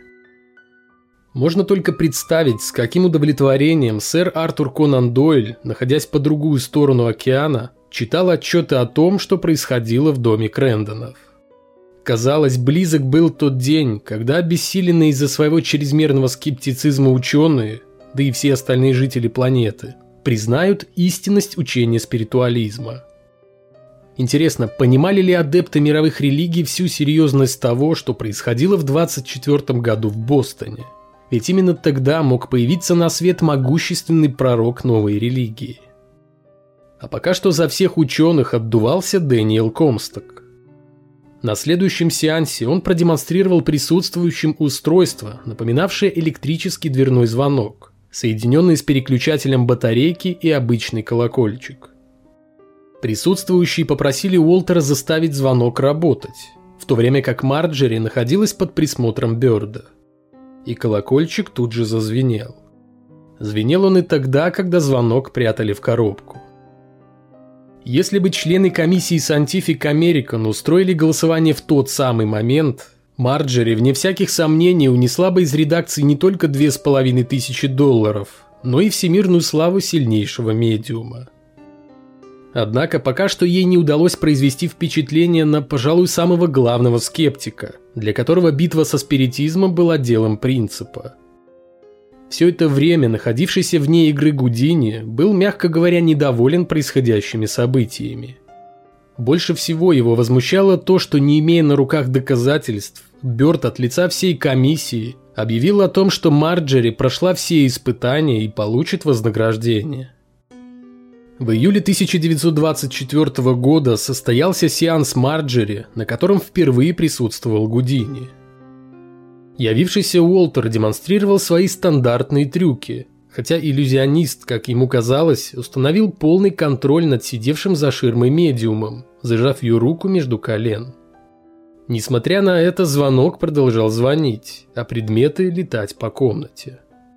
Можно только представить, с каким удовлетворением сэр Артур Конан Дойль, находясь по другую сторону океана, читал отчеты о том, что происходило в доме Крэндонов. Казалось, близок был тот день, когда обессиленные из-за своего чрезмерного скептицизма ученые, да и все остальные жители планеты, признают истинность учения спиритуализма. Интересно, понимали ли адепты мировых религий всю серьезность того, что происходило в 24 году в Бостоне? Ведь именно тогда мог появиться на свет могущественный пророк новой религии. А пока что за всех ученых отдувался Дэниел Комсток. На следующем сеансе он продемонстрировал присутствующим устройство, напоминавшее электрический дверной звонок, соединенный с переключателем батарейки и обычный колокольчик. Присутствующие попросили Уолтера заставить звонок работать, в то время как Марджери находилась под присмотром Бёрда. И колокольчик тут же зазвенел. Звенел он и тогда, когда звонок прятали в коробку. Если бы члены комиссии Scientific American устроили голосование в тот самый момент, Марджери, вне всяких сомнений, унесла бы из редакции не только $2500, но и всемирную славу сильнейшего медиума. Однако пока что ей не удалось произвести впечатление на, пожалуй, самого главного скептика, для которого битва со спиритизмом была делом принципа. Все это время находившийся вне игры Гудини был, мягко говоря, недоволен происходящими событиями. Больше всего его возмущало то, что, не имея на руках доказательств, Бёрд от лица всей комиссии объявил о том, что Марджери прошла все испытания и получит вознаграждение. В июле 1924 года состоялся сеанс Марджери, на котором впервые присутствовал Гудини. Явившийся Уолтер демонстрировал свои стандартные трюки, хотя иллюзионист, как ему казалось, установил полный контроль над сидевшим за ширмой медиумом, зажав ее руку между колен. Несмотря на это, звонок продолжал звонить, а предметы летать по комнате.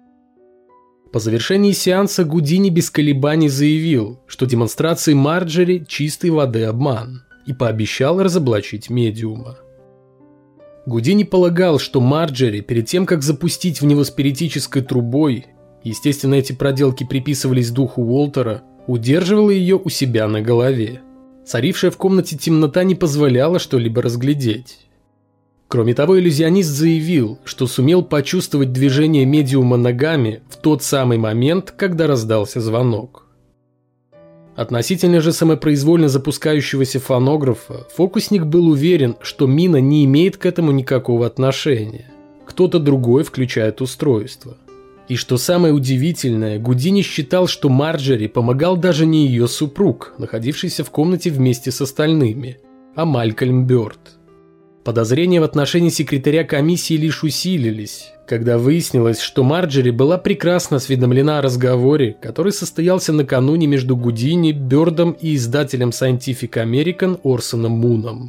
По завершении сеанса Гудини без колебаний заявил, что демонстрации Марджери – чистой воды обман, и пообещал разоблачить медиума. Гудини полагал, что Марджери, перед тем, как запустить в него спиритической трубой, естественно, эти проделки приписывались духу Уолтера, удерживала ее у себя на голове. Царившая в комнате темнота не позволяла что-либо разглядеть. Кроме того, иллюзионист заявил, что сумел почувствовать движение медиума ногами в тот самый момент, когда раздался звонок. Относительно же самопроизвольно запускающегося фонографа, фокусник был уверен, что мина не имеет к этому никакого отношения. Кто-то другой включает устройство. И что самое удивительное, Гудини считал, что Марджери помогал даже не ее супруг, находившийся в комнате вместе с остальными, а Малькольм Бёрд. Подозрения в отношении секретаря комиссии лишь усилились, когда выяснилось, что Марджери была прекрасно осведомлена о разговоре, который состоялся накануне между Гудини, Бёрдом и издателем Scientific American Орсоном Муном.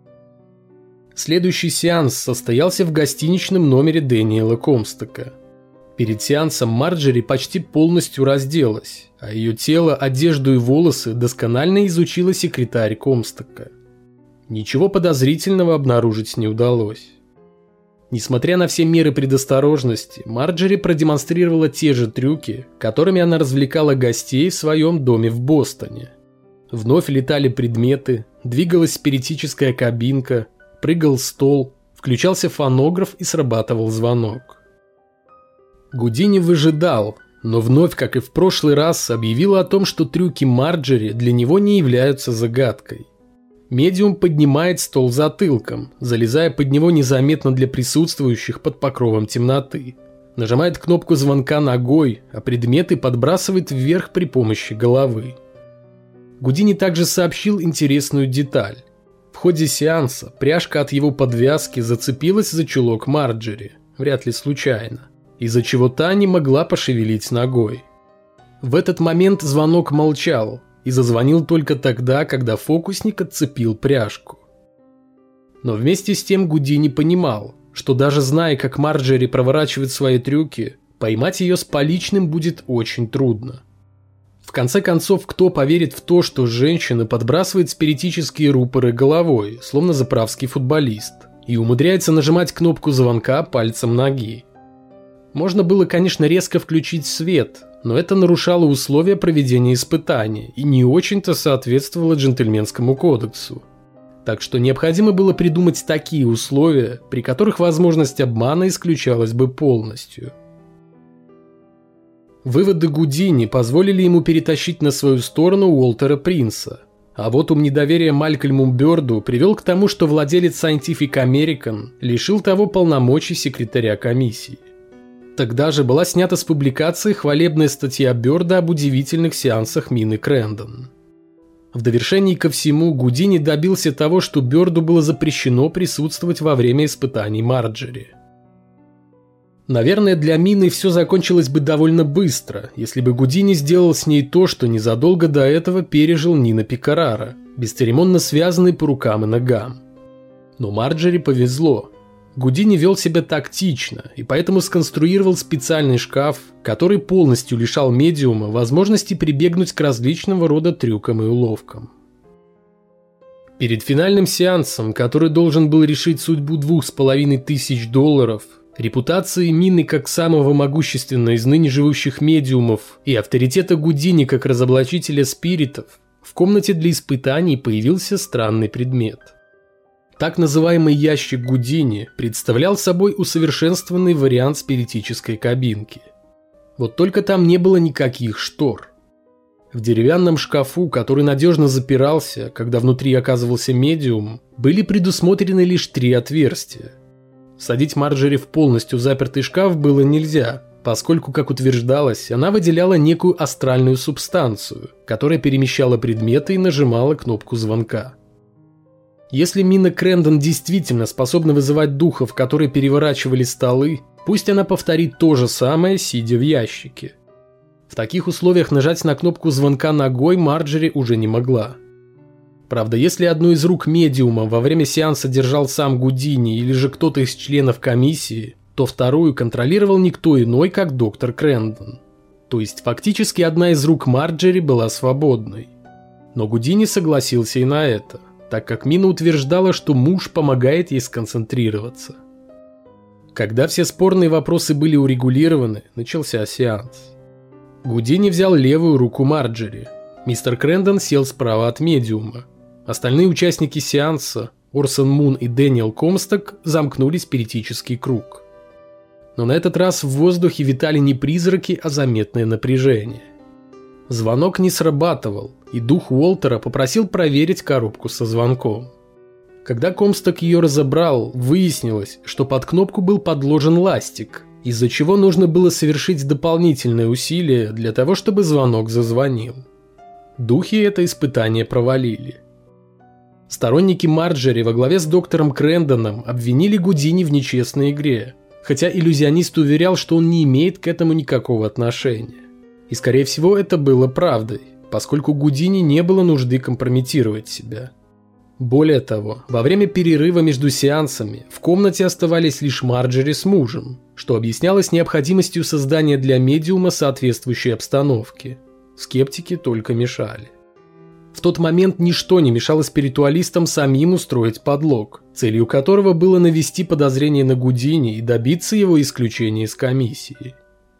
Следующий сеанс состоялся в гостиничном номере Дэниела Комстока. Перед сеансом Марджери почти полностью разделась, а ее тело, одежду и волосы досконально изучила секретарь Комстока. Ничего подозрительного обнаружить не удалось. Несмотря на все меры предосторожности, Марджери продемонстрировала те же трюки, которыми она развлекала гостей в своем доме в Бостоне. Вновь летали предметы, двигалась спиритическая кабинка, прыгал стол, включался фонограф и срабатывал звонок. Гудини выжидал, но вновь, как и в прошлый раз, объявила о том, что трюки Марджери для него не являются загадкой. Медиум поднимает стол затылком, залезая под него незаметно для присутствующих под покровом темноты. Нажимает кнопку звонка ногой, а предметы подбрасывает вверх при помощи головы. Гудини также сообщил интересную деталь. В ходе сеанса пряжка от его подвязки зацепилась за чулок Марджери, вряд ли случайно, из-за чего та не могла пошевелить ногой. В этот момент звонок молчал и зазвонил только тогда, когда фокусник отцепил пряжку. Но вместе с тем Гудини понимал, что даже зная, как Марджери проворачивает свои трюки, поймать ее с поличным будет очень трудно. В конце концов, кто поверит в то, что женщина подбрасывает спиритические рупоры головой, словно заправский футболист, и умудряется нажимать кнопку звонка пальцем ноги? Можно было, конечно, резко включить свет, но это нарушало условия проведения испытания и не очень-то соответствовало джентльменскому кодексу. Так что необходимо было придумать такие условия, при которых возможность обмана исключалась бы полностью. Выводы Гудини позволили ему перетащить на свою сторону Уолтера Принца, а вот ум недоверия Малькольму Бёрду привел к тому, что владелец Scientific American лишил того полномочий секретаря комиссии. Тогда же была снята с публикации хвалебная статья Бёрда об удивительных сеансах Мины Крэндон. В довершении ко всему, Гудини добился того, что Бёрду было запрещено присутствовать во время испытаний Марджери. Наверное, для Мины все закончилось бы довольно быстро, если бы Гудини сделал с ней то, что незадолго до этого пережил Нино Пекарара, бесцеремонно связанный по рукам и ногам. Но Марджери повезло. Гудини вел себя тактично и поэтому сконструировал специальный шкаф, который полностью лишал медиума возможности прибегнуть к различного рода трюкам и уловкам. Перед финальным сеансом, который должен был решить судьбу $2500, репутации Мины как самого могущественного из ныне живущих медиумов и авторитета Гудини как разоблачителя спиритов, в комнате для испытаний появился странный предмет. Так называемый ящик Гудини представлял собой усовершенствованный вариант спиритической кабинки. Вот только там не было никаких штор. В деревянном шкафу, который надежно запирался, когда внутри оказывался медиум, были предусмотрены лишь 3 отверстия. Садить Марджери в полностью запертый шкаф было нельзя, поскольку, как утверждалось, она выделяла некую астральную субстанцию, которая перемещала предметы и нажимала кнопку звонка. Если Мина Крэндон действительно способна вызывать духов, которые переворачивали столы, пусть она повторит то же самое, сидя в ящике. В таких условиях нажать на кнопку звонка ногой Марджери уже не могла. Правда, если одну из рук медиума во время сеанса держал сам Гудини или же кто-то из членов комиссии, то вторую контролировал никто иной, как доктор Крэндон. То есть фактически одна из рук Марджери была свободной. Но Гудини согласился и на это, так как Мина утверждала, что муж помогает ей сконцентрироваться. Когда все спорные вопросы были урегулированы, начался сеанс. Гудини взял левую руку Марджери. Мистер Крэндон сел справа от медиума. Остальные участники сеанса, Орсон Мун и Дэниел Комсток, замкнули спиритический круг. Но на этот раз в воздухе витали не призраки, а заметное напряжение. Звонок не срабатывал, и дух Уолтера попросил проверить коробку со звонком. Когда Комсток ее разобрал, выяснилось, что под кнопку был подложен ластик, из-за чего нужно было совершить дополнительные усилия для того, чтобы звонок зазвонил. Духи это испытание провалили. Сторонники Марджери во главе с доктором Крэндоном обвинили Гудини в нечестной игре, хотя иллюзионист уверял, что он не имеет к этому никакого отношения. И скорее всего это было правдой, поскольку Гудини не было нужды компрометировать себя. Более того, во время перерыва между сеансами в комнате оставались лишь Марджери с мужем, что объяснялось необходимостью создания для медиума соответствующей обстановки. Скептики только мешали. В тот момент ничто не мешало спиритуалистам самим устроить подлог, целью которого было навести подозрение на Гудини и добиться его исключения из комиссии.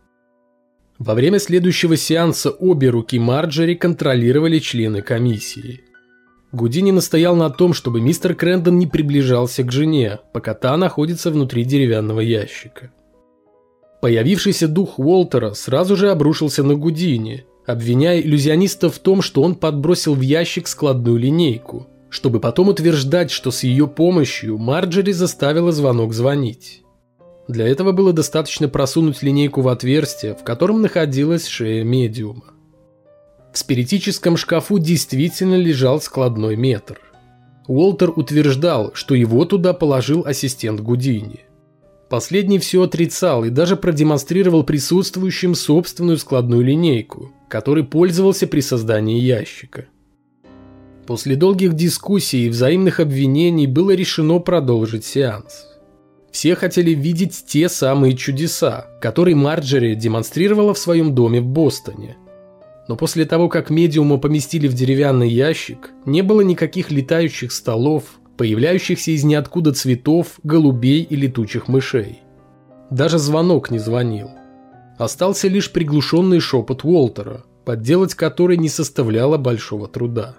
Во время следующего сеанса обе руки Марджери контролировали члены комиссии. Гудини настоял на том, чтобы мистер Крэндон не приближался к жене, пока та находится внутри деревянного ящика. Появившийся дух Уолтера сразу же обрушился на Гудини, обвиняя иллюзиониста в том, что он подбросил в ящик складную линейку, чтобы потом утверждать, что с ее помощью Марджери заставила звонок звонить. Для этого было достаточно просунуть линейку в отверстие, в котором находилась шея медиума. В спиритическом шкафу действительно лежал складной метр. Уолтер утверждал, что его туда положил ассистент Гудини. Последний все отрицал и даже продемонстрировал присутствующим собственную складную линейку, которой пользовался при создании ящика. После долгих дискуссий и взаимных обвинений было решено продолжить сеанс. Все хотели видеть те самые чудеса, которые Марджери демонстрировала в своем доме в Бостоне. Но после того, как медиума поместили в деревянный ящик, не было никаких летающих столов, появляющихся из ниоткуда цветов, голубей и летучих мышей. Даже звонок не звонил. Остался лишь приглушенный шепот Уолтера, подделать который не составляло большого труда.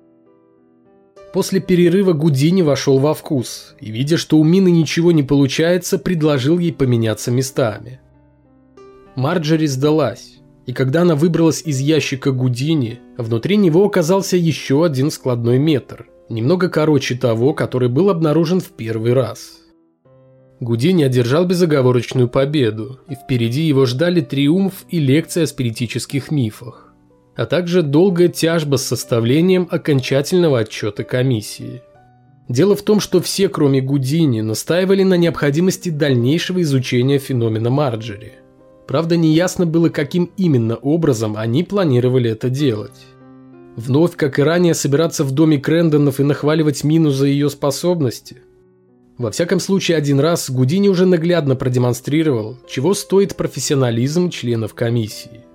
После перерыва Гудини вошел во вкус и, видя, что у Мины ничего не получается, предложил ей поменяться местами. Марджери сдалась, и когда она выбралась из ящика Гудини, внутри него оказался еще один складной метр, немного короче того, который был обнаружен в первый раз. Гудини одержал безоговорочную победу, и впереди его ждали триумф и лекция о спиритических мифах. а также долгая тяжба с составлением окончательного отчета комиссии. Дело в том, что все, кроме Гудини, настаивали на необходимости дальнейшего изучения феномена Марджори. Правда, неясно было, каким именно образом они планировали это делать. Вновь, как и ранее, собираться в доме Крэндонов и нахваливать Мину за ее способности? Во всяком случае, один раз Гудини уже наглядно продемонстрировал, чего стоит профессионализм членов комиссии.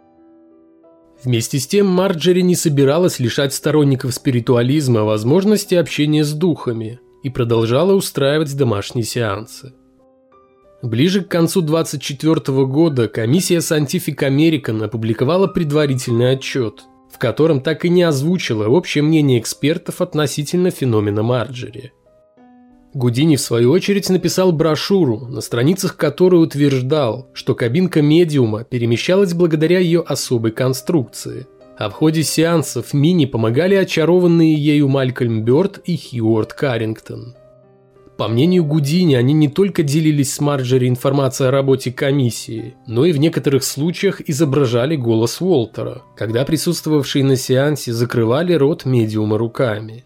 Вместе с тем, Марджори не собиралась лишать сторонников спиритуализма возможности общения с духами и продолжала устраивать домашние сеансы. Ближе к концу 1924 года комиссия Scientific American опубликовала предварительный отчет, в котором так и не озвучила общее мнение экспертов относительно феномена Марджори. Гудини, в свою очередь, написал брошюру, на страницах которой утверждал, что кабинка медиума перемещалась благодаря ее особой конструкции, а в ходе сеансов Мине помогали очарованные ею Малькольм Бёрд и Хьюарт Каррингтон. По мнению Гудини, они не только делились с Марджори информацией о работе комиссии, но и в некоторых случаях изображали голос Уолтера, когда присутствовавшие на сеансе закрывали рот медиума руками.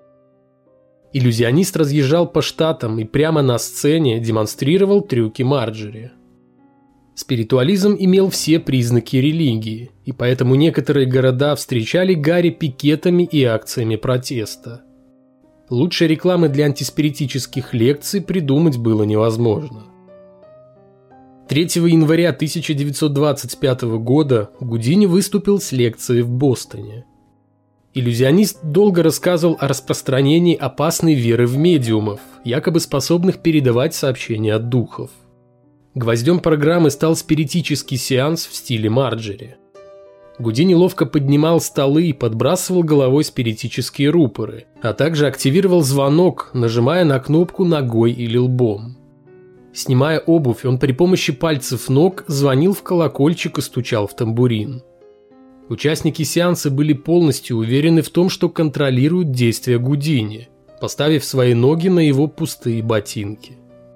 Иллюзионист разъезжал по штатам и прямо на сцене демонстрировал трюки Марджори. Спиритуализм имел все признаки религии, и поэтому некоторые города встречали Гарри пикетами и акциями протеста. Лучшей рекламы для антиспиритических лекций придумать было невозможно. 3 января 1925 года Гудини выступил с лекцией в Бостоне. Иллюзионист долго рассказывал о распространении опасной веры в медиумов, якобы способных передавать сообщения от духов. Гвоздем программы стал спиритический сеанс в стиле Марджори. Гудини ловко поднимал столы и подбрасывал головой спиритические рупоры, а также активировал звонок, нажимая на кнопку ногой или лбом. Снимая обувь, он при помощи пальцев ног звонил в колокольчик и стучал в тамбурин. Участники сеанса были полностью уверены в том, что контролируют действия Гудини, поставив свои ноги на его пустые ботинки.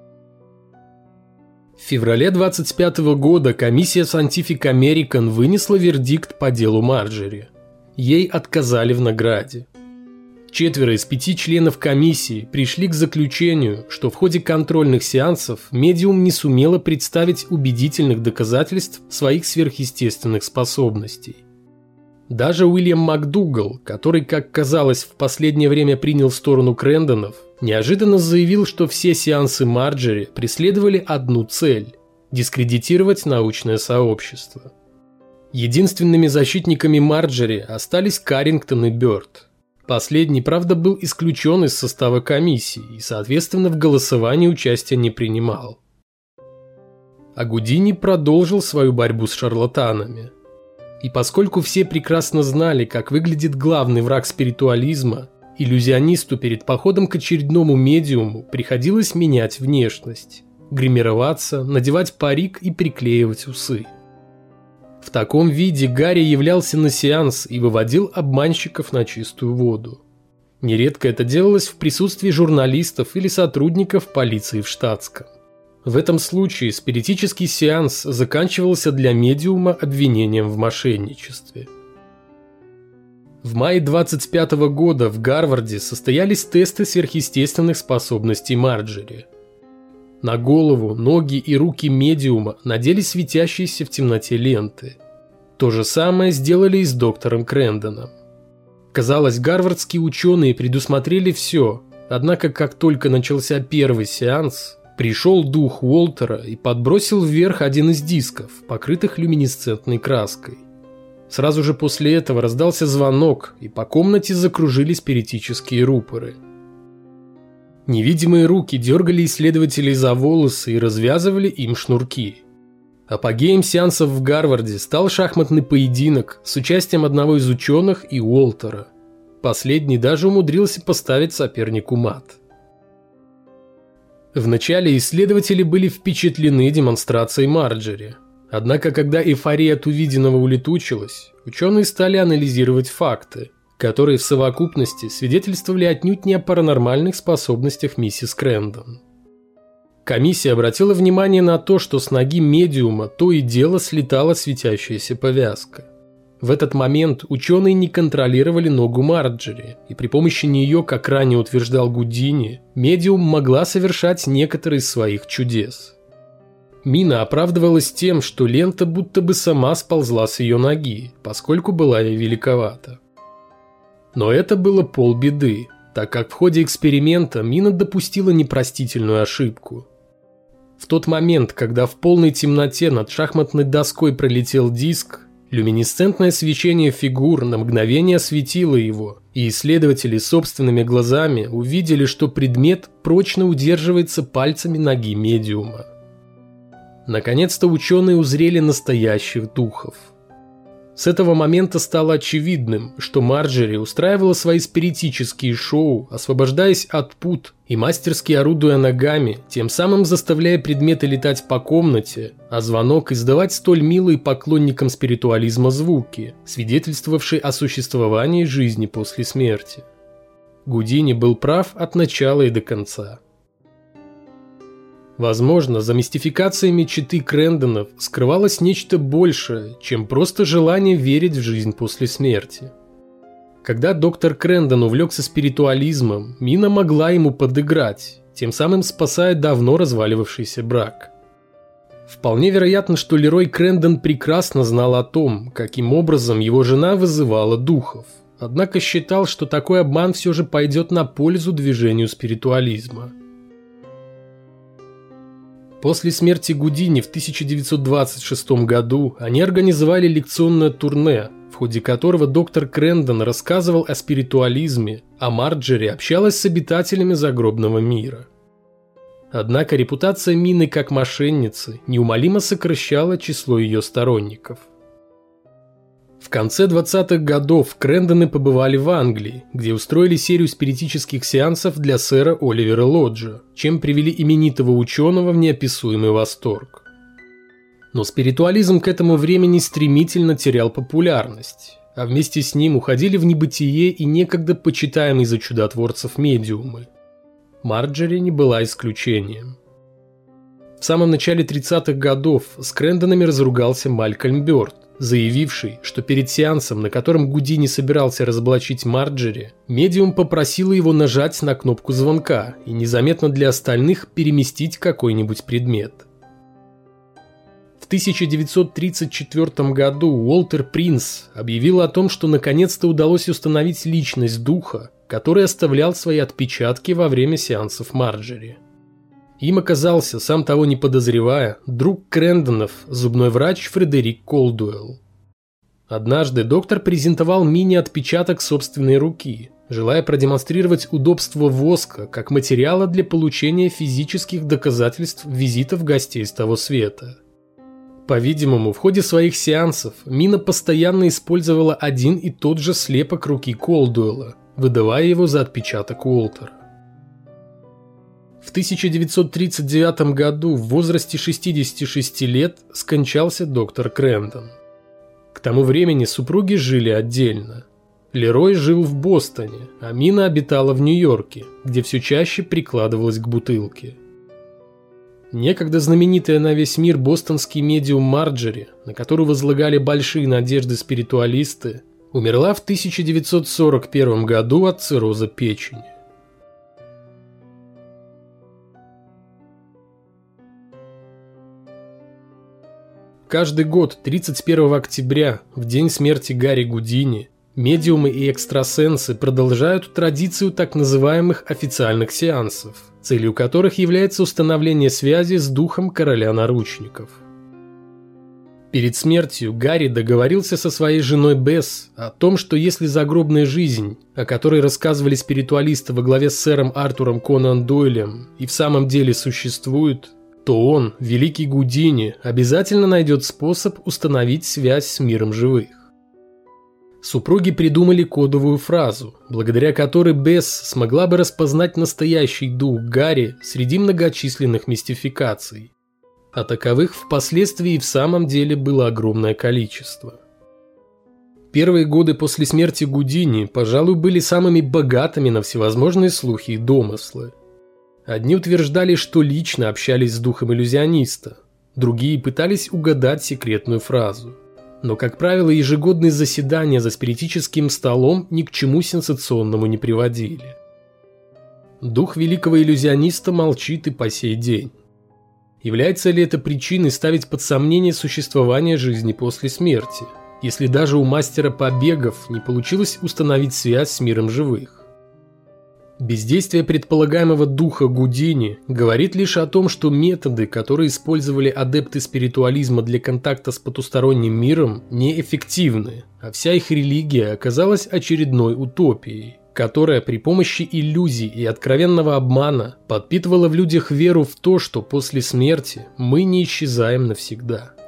В феврале 1925 года комиссия Scientific American вынесла вердикт по делу Марджори. Ей отказали в награде. 4 из 5 членов комиссии пришли к заключению, что в ходе контрольных сеансов медиум не сумела представить убедительных доказательств своих сверхъестественных способностей. Даже Уильям МакДугал, который, как казалось, в последнее время принял сторону Крэндонов, неожиданно заявил, что все сеансы Марджори преследовали одну цель – дискредитировать научное сообщество. Единственными защитниками Марджори остались Каррингтон и Бёрд. Последний, правда, был исключен из состава комиссии и, соответственно, в голосовании участия не принимал. А Гудини продолжил свою борьбу с шарлатанами. И поскольку все прекрасно знали, как выглядит главный враг спиритуализма, иллюзионисту перед походом к очередному медиуму приходилось менять внешность, гримироваться, надевать парик и приклеивать усы. В таком виде Гарри являлся на сеанс и выводил обманщиков на чистую воду. Нередко это делалось в присутствии журналистов или сотрудников полиции в штатском. В этом случае спиритический сеанс заканчивался для медиума обвинением в мошенничестве. В мае 1925 года в Гарварде состоялись тесты сверхъестественных способностей Марджори. На голову, ноги и руки медиума надели светящиеся в темноте ленты. То же самое сделали и с доктором Крэндоном. Казалось, гарвардские ученые предусмотрели все, однако как только начался первый сеанс, пришел дух Уолтера и подбросил вверх один из дисков, покрытых люминесцентной краской. Сразу же после этого раздался звонок, и по комнате закружили спиритические рупоры. Невидимые руки дергали исследователей за волосы и развязывали им шнурки. Апогеем сеансов в Гарварде стал шахматный поединок с участием одного из ученых и Уолтера. Последний даже умудрился поставить сопернику мат. Вначале исследователи были впечатлены демонстрацией Марджори. Однако, когда эйфория от увиденного улетучилась, ученые стали анализировать факты, которые в совокупности свидетельствовали отнюдь не о паранормальных способностях миссис Крэндон. Комиссия обратила внимание на то, что с ноги медиума то и дело слетала светящаяся повязка. В этот момент ученые не контролировали ногу Марджери, и при помощи нее, как ранее утверждал Гудини, медиум могла совершать некоторые из своих чудес. Мина оправдывалась тем, что лента будто бы сама сползла с ее ноги, поскольку была ей великовата. Но это было полбеды, так как в ходе эксперимента Мина допустила непростительную ошибку. В тот момент, когда в полной темноте над шахматной доской пролетел диск, люминесцентное свечение фигур на мгновение осветило его, и исследователи собственными глазами увидели, что предмет прочно удерживается пальцами ноги медиума. Наконец-то ученые узрели настоящих духов. С этого момента стало очевидным, что Марджери устраивала свои спиритические шоу, освобождаясь от пут и мастерски орудуя ногами, тем самым заставляя предметы летать по комнате, а звонок издавать столь милые поклонникам спиритуализма звуки, свидетельствовавшие о существовании жизни после смерти. Гудини был прав от начала и до конца. Возможно, за мистификациями четы Крэндонов скрывалось нечто большее, чем просто желание верить в жизнь после смерти. Когда доктор Крэндон увлекся спиритуализмом, Мина могла ему подыграть, тем самым спасая давно разваливавшийся брак. Вполне вероятно, что Лерой Крэндон прекрасно знал о том, каким образом его жена вызывала духов, однако считал, что такой обман все же пойдет на пользу движению спиритуализма. После смерти Гудини в 1926 году они организовали лекционное турне, в ходе которого доктор Крэндон рассказывал о спиритуализме, а Марджери общалась с обитателями загробного мира. Однако репутация Мины как мошенницы неумолимо сокращала число ее сторонников. В конце 20-х годов Крэндоны побывали в Англии, где устроили серию спиритических сеансов для сэра Оливера Лоджа, чем привели именитого ученого в неописуемый восторг. Но спиритуализм к этому времени стремительно терял популярность, а вместе с ним уходили в небытие и некогда почитаемые за чудотворцев медиумы. Марджери не была исключением. В самом начале 30-х годов с Крэндонами разругался Малькольм Бёрд, заявивший, что перед сеансом, на котором Гудини собирался разоблачить Марджери, медиум попросила его нажать на кнопку звонка и незаметно для остальных переместить какой-нибудь предмет. В 1934 году Уолтер Принц объявил о том, что наконец-то удалось установить личность духа, который оставлял свои отпечатки во время сеансов Марджери. Им оказался, сам того не подозревая, друг Крэндонов, зубной врач Фредерик Колдуэлл. Однажды доктор презентовал Мине отпечаток собственной руки, желая продемонстрировать удобство воска как материала для получения физических доказательств визитов гостей с того света. По-видимому, в ходе своих сеансов Мина постоянно использовала один и тот же слепок руки Колдуэлла, выдавая его за отпечаток Уолтера. В 1939 году в возрасте 66 лет скончался доктор Крэндон. К тому времени супруги жили отдельно. Лерой жил в Бостоне, а Мина обитала в Нью-Йорке, где все чаще прикладывалась к бутылке. Некогда знаменитая на весь мир бостонский медиум Марджери, на которую возлагали большие надежды спиритуалисты, умерла в 1941 году от цирроза печени. Каждый год, 31 октября, в день смерти Гарри Гудини, медиумы и экстрасенсы продолжают традицию так называемых официальных сеансов, целью которых является установление связи с духом короля наручников. Перед смертью Гарри договорился со своей женой Бесс о том, что если загробная жизнь, о которой рассказывали спиритуалисты во главе с сэром Артуром Конан Дойлем, и в самом деле существует, то он, великий Гудини, обязательно найдет способ установить связь с миром живых. Супруги придумали кодовую фразу, благодаря которой Бесс смогла бы распознать настоящий дух Гарри среди многочисленных мистификаций. А таковых впоследствии и в самом деле было огромное количество. Первые годы после смерти Гудини, пожалуй, были самыми богатыми на всевозможные слухи и домыслы. Одни утверждали, что лично общались с духом иллюзиониста, другие пытались угадать секретную фразу. Но, как правило, ежегодные заседания за спиритическим столом ни к чему сенсационному не приводили. Дух великого иллюзиониста молчит и по сей день. Является ли это причиной ставить под сомнение существование жизни после смерти, если даже у мастера побегов не получилось установить связь с миром живых? Бездействие предполагаемого духа Гудини говорит лишь о том, что методы, которые использовали адепты спиритуализма для контакта с потусторонним миром, неэффективны, а вся их религия оказалась очередной утопией, которая при помощи иллюзий и откровенного обмана подпитывала в людях веру в то, что после смерти мы не исчезаем навсегда.